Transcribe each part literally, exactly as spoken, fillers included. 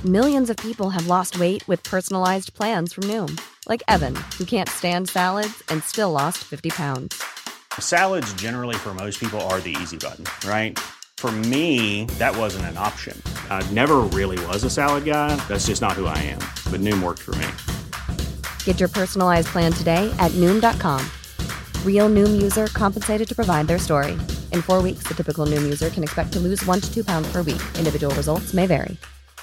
millions of people have lost weight with personalized plans from Noom. Like Evan, who can't stand salads and still lost fifty pounds. Salads generally for most people are the easy button, right? For me, that wasn't an option. I never really was a salad guy. That's just not who I am. But Noom worked for me. Get your personalized plan today at Noom dot com. Real Noom user compensated to provide their story. In four weeks, the typical Noom user can expect to lose one to two pounds per week. Individual results may vary.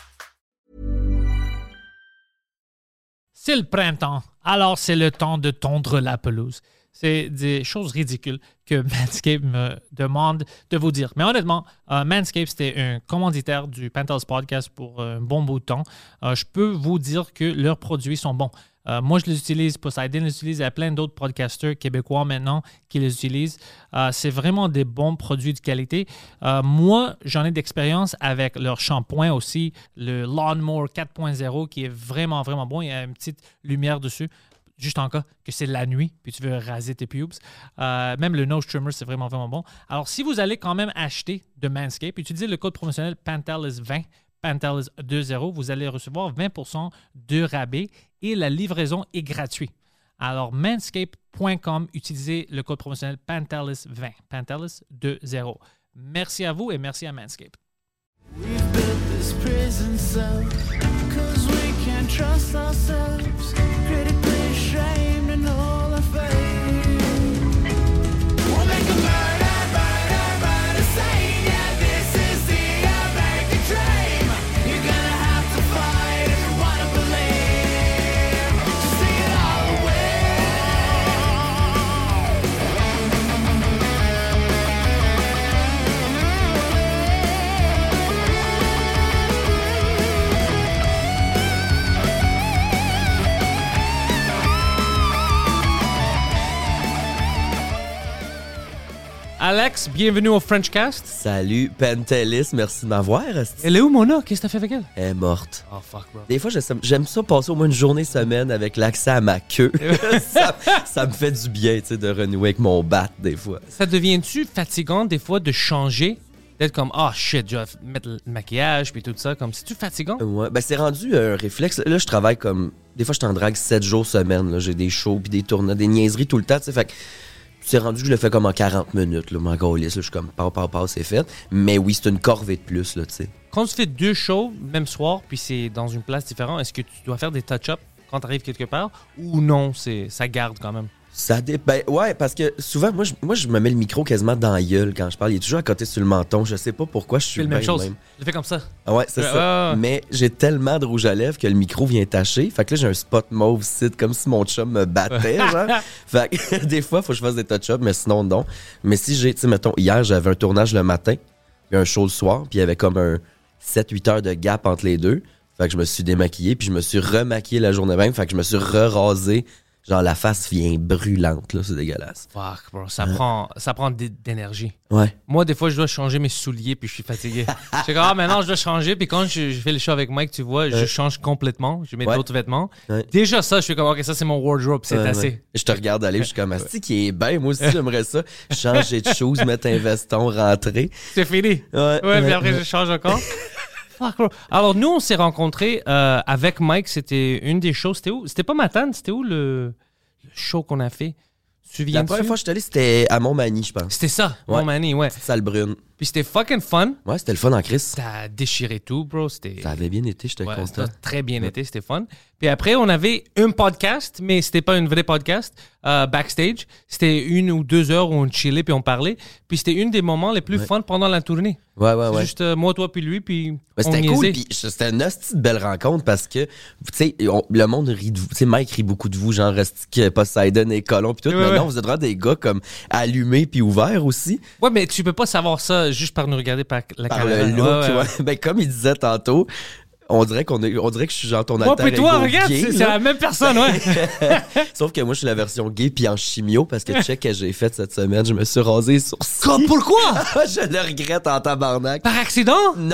C'est le printemps, alors c'est le temps de tondre la pelouse. C'est des choses ridicules que Manscaped me demande de vous dire. Mais honnêtement, euh, Manscaped, c'était un commanditaire du Penthouse Podcast pour un bon bout de temps. Euh, je peux vous dire que leurs produits sont bons. Euh, moi, je les utilise, Poseidon les utilise, il y a plein d'autres podcasters québécois maintenant qui les utilisent. Euh, c'est vraiment des bons produits de qualité. Euh, moi, j'en ai d'expérience avec leur shampoing aussi, le Lawnmower quatre point zéro qui est vraiment, vraiment bon. Il y a une petite lumière dessus. Juste en cas que c'est la nuit, puis tu veux raser tes pubes. Euh, même le nose trimmer, c'est vraiment, vraiment bon. Alors, si vous allez quand même acheter de Manscaped, utilisez le code promotionnel Pantelis vingt, Pantelis vingt, vous allez recevoir vingt pour cent de rabais et la livraison est gratuite. Alors, manscaped point com, utilisez le code promotionnel Pantelis vingt, Pantelis vingt. Merci à vous et merci à Manscaped. We've built this prison cell, 'cause we can't trust ourselves. Critically ashamed and all our fame. We'll make a murder, murder, murder scene. Yeah, this is the American dream. You're gonna have to fight if you wanna believe. Just sing it all away. Alex, bienvenue au Frenchcast. Salut, Pantelis, merci de m'avoir. esti. Elle est où, Mona? Qu'est-ce que t'as fait avec elle? Elle est morte. Oh, fuck, bro. Des fois, j'aime j'aime ça passer au moins une journée semaine avec l'accès à ma queue. ça, ça me fait du bien, tu sais, de renouer avec mon bat, des fois. Ça devient-tu fatigant, des fois, de changer? D'être comme, ah, oh, shit, je vais mettre le maquillage, puis tout ça. Comme, c'est-tu fatigant? Ouais, ben c'est rendu un réflexe. Là, je travaille comme... Des fois, je t'en drague sept jours semaine. Là. J'ai des shows, puis des tournois, des niaiseries tout le temps, tu sais, fait que... C'est rendu que je le fais comme en quarante minutes, là, mon gaulliste, là, je suis comme, par, par, par, c'est fait. Mais oui, c'est une corvée de plus, là, tu sais. Quand tu fais deux shows, même soir, puis c'est dans une place différente, est-ce que tu dois faire des touch-ups quand tu arrives quelque part? Ou non, c'est, ça garde quand même? Ça dé... Ben ouais, parce que souvent, moi je, moi, je me mets le micro quasiment dans la gueule quand je parle. Il est toujours à côté sur le menton. Je sais pas pourquoi je suis C'est la bien même chose. même. Je le fais comme ça. Ah ouais, c'est Ouais, ça. ouais, ouais. Mais j'ai tellement de rouge à lèvres que le micro vient tacher. Fait que là, j'ai un spot mauve site comme si mon chum me battait, genre. Fait que des fois, faut que je fasse des touch-ups, mais sinon, non. Mais si j'ai, tu sais, mettons, hier, j'avais un tournage le matin, puis un show le soir, puis il y avait comme un sept huit heures de gap entre les deux. Fait que je me suis démaquillé, puis je me suis remaquillé la journée même. Fait que je me suis re-rasé. Genre, la face vient brûlante, là, c'est dégueulasse. Fuck, bro, ça, prend, ça prend d- d'énergie. Ouais. Moi, des fois, je dois changer mes souliers, puis je suis fatigué. Je suis comme, ah, maintenant, je dois changer, puis quand je, je fais le show avec Mike, tu vois, je Ouais. change complètement, je mets Ouais. d'autres vêtements. Ouais. Déjà, ça, je suis comme, ok, ça, c'est mon wardrobe, c'est Ouais, assez. ouais. Je te regarde aller, je suis comme, asti qui est bien, moi aussi, j'aimerais ça. Changer de choses, mettre un veston, rentrer. C'est fini. Ouais, Ouais, puis ouais, après, ouais. je change encore. Fuck, bro. Alors, nous, on s'est rencontrés euh, avec Mike, c'était une des shows, c'était où? C'était pas Matane, c'était où le... le show qu'on a fait? Tu te souviens? La première fois que je suis allé, c'était à Montmagny, je pense. C'était ça, Ouais. Montmagny, ouais. Petite salle brune. Puis c'était fucking fun. Ouais, c'était le fun en crise. T'as déchiré tout, bro. C'était... Ça avait bien été, j'étais Ouais, content. ça a très bien Ouais. été, c'était fun. Puis après, on avait un podcast, mais c'était pas un vrai podcast, euh, backstage. C'était une ou deux heures où on chillait puis on parlait. Puis c'était une des moments les plus Ouais. fun pendant la tournée. Ouais, ouais, C'est ouais. juste euh, moi, toi puis lui, puis Ouais, on c'était cool, niaisait. puis c'était une hostie de belle rencontre parce que, tu sais, on- le monde rit de vous. Tu sais, Mike rit beaucoup de vous, genre Rustic, Poseidon et Colon, puis tout. Ouais, Maintenant, ouais. vous êtes vraiment des gars comme allumés puis ouverts aussi. Ouais, mais tu peux pas savoir ça juste par nous regarder par la Par caméra. le look, Ouais, ouais, ouais. ouais. Ben, comme il disait tantôt, on dirait qu'on est, on dirait que je suis genre ton Moi alter puis toi, ego regarde, gay, c'est, c'est là. la même personne, ouais. Sauf que moi, je suis la version gay puis en chimio parce que check que j'ai fait cette semaine, je me suis rasé les sourcils. Comme pourquoi? Je le regrette en tabarnak. Par accident? Non,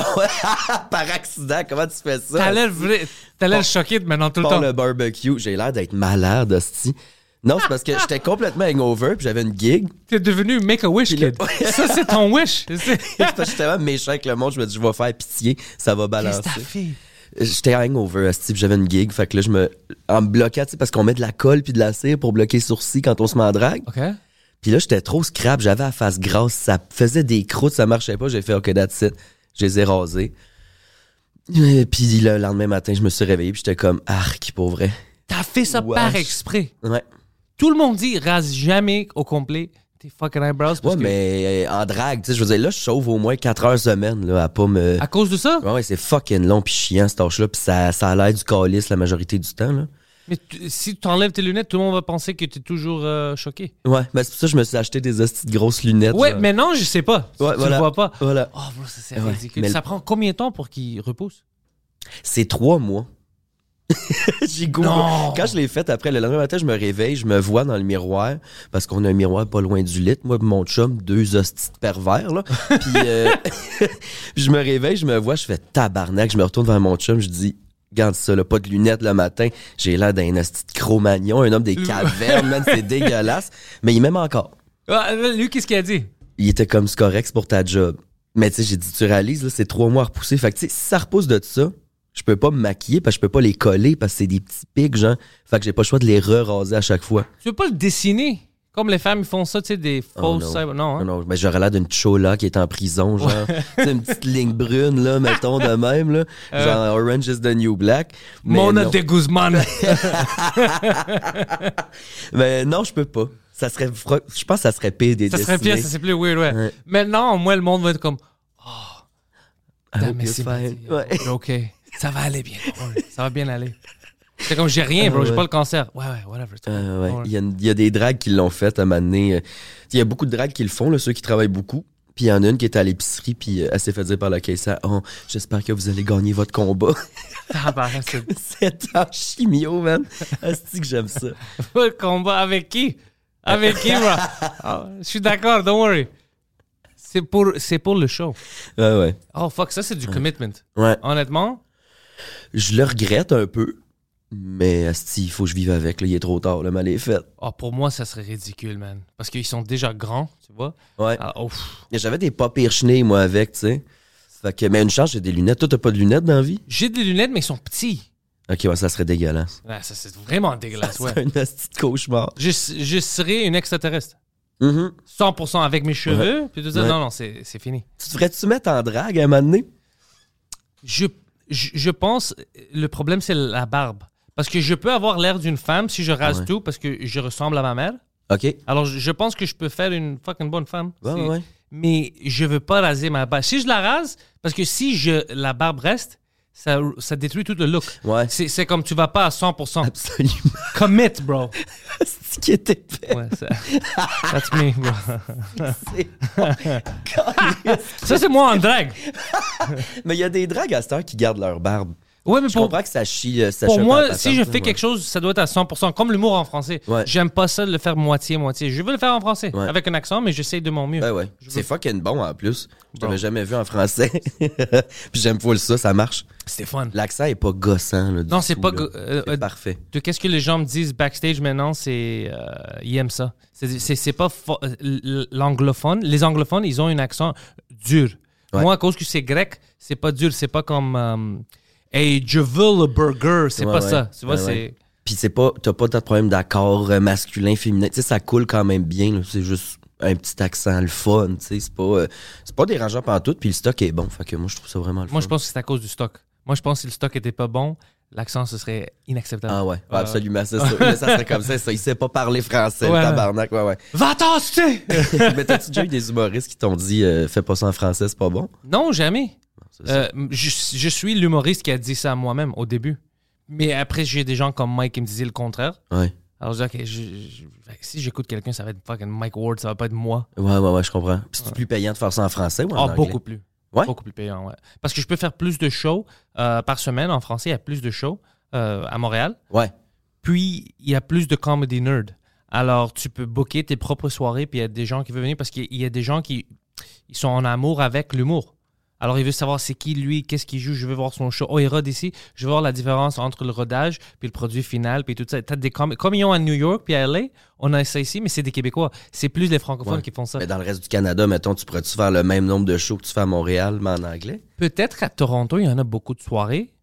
par accident, comment tu fais ça? T'as l'air, vrai- t'as l'air Bon. choqué de maintenant tout le Pour temps. le barbecue, j'ai l'air d'être malade, hostie. Non, c'est parce que j'étais complètement hangover puis j'avais une gig. T'es devenu Make-A-Wish, Puis le- kid. Ça, c'est ton wish. C'est- C'est parce que j'étais vraiment méchant avec le monde. Je me dis, je vais faire pitié, ça va Qu'est-ce balancer. que t'as fait? J'étais hangover, asti, puis j'avais une gig. Fait que là, je me. En me bloquant, tu sais, parce qu'on met de la colle puis de la cire pour bloquer les sourcils quand on se met en drague. OK. Puis là, j'étais trop scrap, j'avais la face grasse, ça faisait des croûtes, ça marchait pas. J'ai fait, OK, that's it. Je les ai rasés. Et puis le lendemain matin, je me suis réveillé, puis j'étais comme, arc, pour vrai. T'as fait ça Wesh. par exprès. Ouais. Tout le monde dit rase jamais au complet tes fucking eyebrows. Parce Ouais, que mais euh, en drague, tu sais, je veux dire, là, je sauve au moins quatre heures semaine, là, à pas me. à cause de ça? Ouais, ouais, c'est fucking long puis chiant, cette tâche-là, puis ça, ça a l'air du calice la majorité du temps, là. Mais tu- si tu enlèves tes lunettes, tout le monde va penser que tu es toujours euh, choqué. Ouais, ben c'est pour ça que je me suis acheté des hosties de grosses lunettes. Ouais, genre. mais non, je sais pas. Ouais, tu voilà. le vois pas. Voilà. Oh, bro, ça c'est Ouais, ridicule. mais Ça le- prend combien de temps pour qu'il repousse? C'est trois mois. J'ai goûté. Non. Quand je l'ai fait, après, le lendemain matin, je me réveille, je me vois dans le miroir, parce qu'on a un miroir pas loin du lit. Moi, pis mon chum, deux hosties de pervers, là. Puis, euh, je me réveille, je me vois, je fais tabarnak, je me retourne vers mon chum, je dis, regarde ça, là, pas de lunettes le matin. J'ai l'air d'un hostie de Cro-Magnon, un homme des cavernes, man, c'est dégueulasse. Mais il m'aime encore. Ah, lui, qu'est-ce qu'il a dit? Il était comme, c'est correct, c'est pour ta job. Mais tu sais, j'ai dit, tu réalises, là, c'est trois mois à repousser. Fait que, tu sais, si ça repousse de ça, je peux pas me maquiller parce que je peux pas les coller parce que c'est des petits pics, genre. Fait que j'ai pas le choix de les re-raser à chaque fois. Tu veux pas le dessiner? Comme les femmes, ils font ça, tu sais, des Oh, fausses... non. non, hein? Non, non, ben, j'aurais l'air d'une chola qui est en prison, genre. Tu sais, une petite ligne brune, là, mettons, de même, là. Genre, Orange is the New Black. Mais Mona non. de Guzman. Mais non, je peux pas. Ça serait, fro- je pense que ça serait pire des Ça serait pire, ça c'est plus weird, ouais. Ouais. Maintenant, moi, le monde va être comme... Oh, I damn, hope mais you're c'est fine. bien. Ouais. OK, ça va aller bien. Ouais, ça va bien aller. C'est comme, j'ai rien, bro, Ah, j'ai ouais. pas le cancer. Ouais, ouais, whatever. Euh, ouais. Ouais. Il, y a, une- il y a des dragues qui l'ont fait à un moment donné. Euh, Il y a beaucoup de dragues qui le font, là, ceux qui travaillent beaucoup. Puis il y en a une qui était à l'épicerie, puis euh, elle s'est fait dire par la caissière, oh, j'espère que vous allez gagner votre combat. Ah, bah, c'est C'est en chimio, man. Asti que j'aime ça. le combat avec qui? Avec qui, bro? Ah, je suis d'accord, don't worry. C'est pour, c'est pour le show. Ouais, ouais. Oh, fuck, ça, c'est du commitment. Ouais. Honnêtement, Je le regrette un peu, mais asti, il faut que je vive avec. Là, il est trop tard, le mal est fait. oh, pour moi, ça serait ridicule, man. Parce qu'ils sont déjà grands, tu vois. Ouais. Ah, oh, pff. J'avais des pas pires chenilles, moi, avec, tu sais. Fait que, mais une chance, j'ai des lunettes. Toi, t'as pas de lunettes dans la vie? J'ai des lunettes, mais ils sont petits. Ok, ouais, ça serait dégueulasse. Ouais, ça, c'est vraiment dégueulasse, ouais. C'est un asti de cauchemar. Je, je serais une extraterrestre. Mhm. cent pour cent avec mes cheveux. Puis tout ça, Ouais. non, non, c'est c'est fini. Tu devrais-tu mettre en drague à un moment donné? Je, je, je pense, le problème, c'est la barbe. Parce que je peux avoir l'air d'une femme si je rase Ouais. tout parce que je ressemble à ma mère. Ok. Alors, je, je pense que je peux faire une fucking bonne femme. Ouais, C'est- ouais, ouais. Mais je veux pas raser ma barbe. Si je la rase, parce que si je, la barbe reste, ça, ça détruit tout le look. Ouais. C'est c'est comme tu vas pas à cent pour cent. Absolument. Commit, bro. C'est qui était fait. Ouais, ça, that's me, bro. C'est- Ça, c'est moi en drague. Mais il y a des dragues à cette heure qui gardent leur barbe. Ouais, mais Je pour, comprends que ça chie. euh, Ça pour chie un peu moi, à la si je patente, fais là, quelque chose, ça doit être à cent pour cent. Comme l'humour en français. Ouais. J'aime pas ça de le faire moitié-moitié. Je veux le faire en français, Ouais. avec un accent, mais j'essaye de mon mieux. Ouais, ouais. Je C'est veux- fucking bon en plus. Je Bon. t'avais jamais vu en français. Puis j'aime full ça, ça marche. C'était fun. L'accent est pas gossant. Là, du Non, c'est tout, pas là. go- euh, C'est euh, parfait. De qu'est-ce que les gens me disent backstage maintenant, c'est euh, ils aiment ça. C'est c'est- c'est pas fo- euh, l- l'anglophone. Les anglophones, ils ont un accent dur. Ouais. Moi, à cause que c'est grec, c'est pas dur. C'est pas comme euh, hey, je veux le burger. C'est Ouais, pas ouais. ça. Tu vois, Ouais, c'est ouais. Puis c'est pas, t'as pas tant de problème d'accord euh, masculin, féminin. Tu sais, ça coule quand même bien. là. C'est juste un petit accent, le fun. Tu sais, c'est pas, euh, c'est pas dérangeant pantoute. Puis le stock est bon. Fait que moi, je trouve ça vraiment le moi, je fun. pense que c'est à cause du stock. Moi, je pense que si le stock était pas bon, l'accent ce serait inacceptable. Ah ouais, ouais, Ouais, absolument, c'est ça. Là, ça serait comme ça, ça. Il sait pas parler français, Ouais. le tabarnak, ouais, ouais. Va-t'en, tu sais! Mais t'as-tu déjà eu des humoristes qui t'ont dit euh, fais pas ça en français, c'est pas bon? Non, jamais. C'est ça. Euh, je, je suis l'humoriste qui a dit ça à moi-même au début. Mais après, j'ai des gens comme Mike qui me disaient le contraire. Ouais. Alors je dis, OK, je- je- si j'écoute quelqu'un, ça va être fucking Mike Ward, ça va pas être moi. Ouais, ouais, ouais, je comprends. Puis c'est plus payant de faire ça en français ou en Ah, anglais? beaucoup plus. Ouais? Beaucoup plus payant, ouais. Parce que je peux faire plus de shows euh, par semaine. En français, il y a plus de shows euh, à Montréal. Ouais. Puis, il y a plus de comedy nerd. Alors, tu peux booker tes propres soirées, puis il y a des gens qui veulent venir parce qu'il y a des gens qui ils sont en amour avec l'humour. Alors, il veut savoir c'est qui, lui, qu'est-ce qu'il joue, je veux voir son show. Oh, il rôde ici, je veux voir la différence entre le rodage, puis le produit final, puis tout ça. T'as des com- comme ils ont à New York, puis à L A, on a ça ici, mais c'est des Québécois. C'est plus les francophones Ouais. qui font ça. Mais dans le reste du Canada, mettons, tu pourrais-tu faire le même nombre de shows que tu fais à Montréal, mais en anglais? Peut-être qu'à Toronto, il y en a beaucoup de soirées,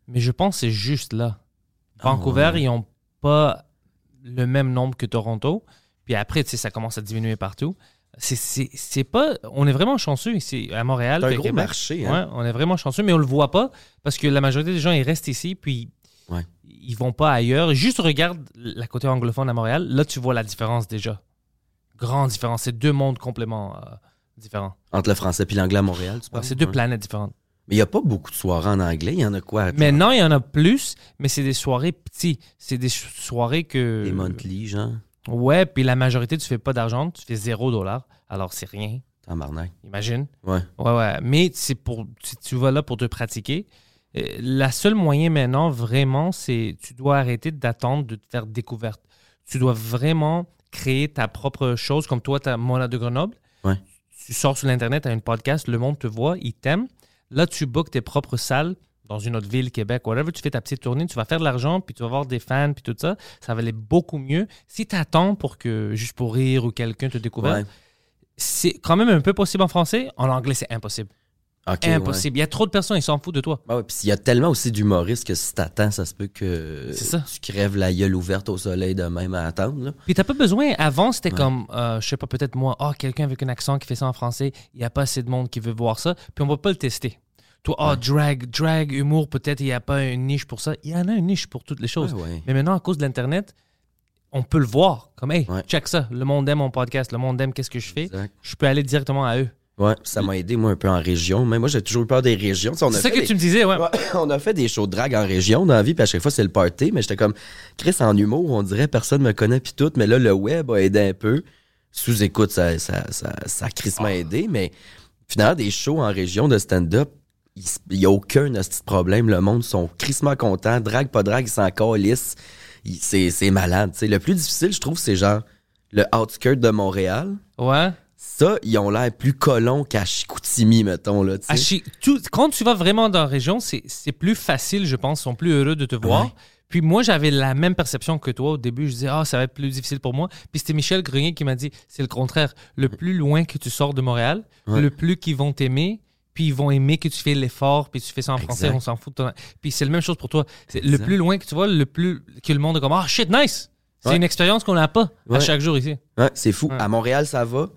mais je pense que c'est juste là. Ah, Vancouver, ouais. ils n'ont pas le même nombre que Toronto. Puis après, tu sais, ça commence à diminuer partout. C'est, c'est, c'est pas... On est vraiment chanceux ici, à Montréal. C'est un puis à gros Québec. marché, hein? Ouais, on est vraiment chanceux, mais on le voit pas parce que la majorité des gens, ils restent ici, puis Ouais. ils vont pas ailleurs. Juste regarde la côté anglophone à Montréal. Là, tu vois la différence déjà. Grande différence. C'est deux mondes complètement euh, différents. Entre le français et l'anglais à Montréal, tu Ouais, parles? c'est deux Ouais. planètes différentes. Mais il n'y a pas beaucoup de soirées en anglais. Il y en a quoi? Maintenant, il y en a plus, mais c'est des soirées petits. C'est des soirées que... Des monthly, genre. Ouais, puis la majorité, tu fais pas d'argent, tu fais zéro dollar. Alors, c'est rien, Tabarnak. imagine. Ouais. Ouais, ouais. Mais c'est pour, si tu vas là pour te pratiquer, euh, la seule moyen maintenant, vraiment, c'est tu dois arrêter d'attendre de te faire découverte. Tu dois vraiment créer ta propre chose, comme toi, ta Mona de Grenoble. Ouais. Tu sors sur l'Internet, tu as un podcast, le monde te voit, il t'aime. Là, tu bookes tes propres salles dans une autre ville, Québec, whatever, tu fais ta petite tournée, tu vas faire de l'argent, puis tu vas avoir des fans, puis tout ça. Ça va aller beaucoup mieux. Si tu attends pour que, juste pour rire ou quelqu'un te découvre, Ouais. c'est quand même un peu possible en français. En anglais, c'est impossible. OK, Impossible. Il y a trop de personnes, ils s'en foutent de toi. Ouais. Ouais, puis il y a tellement aussi d'humoristes que si t'attends, ça se peut que C'est ça. tu crèves la gueule ouverte au soleil de même à attendre. Là. Puis t'as pas besoin. Avant, c'était Ouais. comme, euh, je sais pas, peut-être moi, ah, quelqu'un avec un accent qui fait ça en français, il n'y a pas assez de monde qui veut voir ça, puis on va pas le tester. Toi, ah, Ouais. drag, drag, humour, peut-être il n'y a pas une niche pour ça. Il y en a une niche pour toutes les choses. Ouais, ouais. Mais maintenant, à cause de l'Internet, on peut le voir. Comme, hey, Ouais. check ça. Le monde aime mon podcast, le monde aime qu'est-ce que je fais. Exact. Je peux aller directement à eux. Ouais, ça m'a aidé, moi, un peu en région. Mais moi, j'ai toujours eu peur des régions. Tu sais, on a C'est ça fait que des- tu me disais, ouais. Ouais, on a fait des shows de drague en région dans la vie, puis à chaque fois, c'est le party. Mais j'étais comme, Chris, en humour, on dirait personne me connaît, puis tout. Mais là, le web a aidé un peu. Sous-écoute, ça, ça, ça, ça a crissement aidé. Mais finalement, des shows en région de stand-up, il n'y a aucun hostie de problème. Le monde sont crissement contents. Drague, pas drague, ils s'en calissent. Il- C'est, c'est malade. tu sais. Le plus difficile, je trouve, c'est genre le outskirt de Montréal. Ouais. Ça, ils ont l'air plus colons qu'à Chicoutimi, mettons. Là, tu sais. À Chi- tout- quand tu vas vraiment dans la région, c'est, c'est plus facile, je pense. Ils sont plus heureux de te voir. Ouais. Puis moi, j'avais la même perception que toi. Au début, je disais, ah, ça va être plus difficile pour moi. Puis c'était Michel Grenier qui m'a dit, c'est le contraire. Le plus loin que tu sors de Montréal, Ouais. le plus qu'ils vont t'aimer. Puis ils vont aimer que tu fais l'effort, puis tu fais ça en français, Exact. on s'en fout de ton... Puis c'est la même chose pour toi. C'est le Exact. plus loin que tu vas, le plus que le monde est comme, ah, shit, nice! C'est Ouais. une expérience qu'on n'a pas à Ouais. chaque jour ici. Ouais, c'est fou. Ouais. À Montréal, ça va.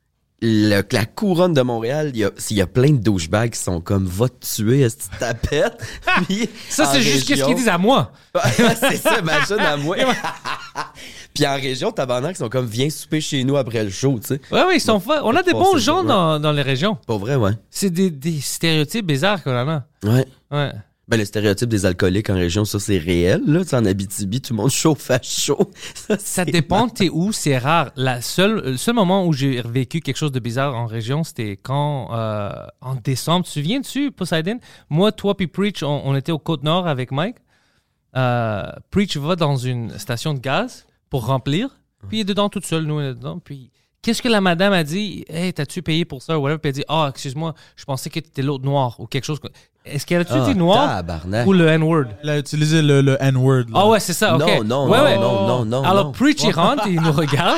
Le- la couronne de Montréal, il y a, il y a plein de douchebags qui sont comme va te tuer, est-ce que tu tapette? Puis, Ça, en c'est juste qu'est-ce région- qu'ils disent à moi. Ouais, c'est ça, imagine à moi. Puis en région, tabarnak, ils sont comme viens souper chez nous après le show, tu sais. Ouais, ouais, ils sont forts. On a des Pas bons forcément, gens ouais. dans, dans les régions. Pas vrai, ouais. C'est des, des stéréotypes bizarres qu'on en a. Ouais. Ouais. Ben, le stéréotype des alcooliques en région, ça, c'est réel, là. Tu sais, en Abitibi, tout le monde chauffe à chaud. Ça, Ça c'est dépend, t'es où, c'est rare. La seule, le seul moment où j'ai vécu quelque chose de bizarre en région, c'était quand, euh, en décembre, tu te souviens-tu, Poseidon? Moi, toi puis Preach, on, on était au Côte-Nord avec Mike. Euh, Preach va dans une station de gaz pour remplir, puis il est dedans toute seule, nous, on est dedans, puis... Qu'est-ce que la madame a dit? Hey, t'as-tu payé pour ça? Ou whatever. Puis elle dit, ah, excuse-moi, je pensais que t'étais l'autre noir ou quelque chose. Est-ce qu'elle a-tu Ah, dit noir tabarnak. ou le N-word? Il a utilisé le, le N-word. là. Ah ouais, c'est ça, ok. Non, non, Ouais, non, ouais. non, non, non, Alors, non. Preach, il rentre et il nous regarde.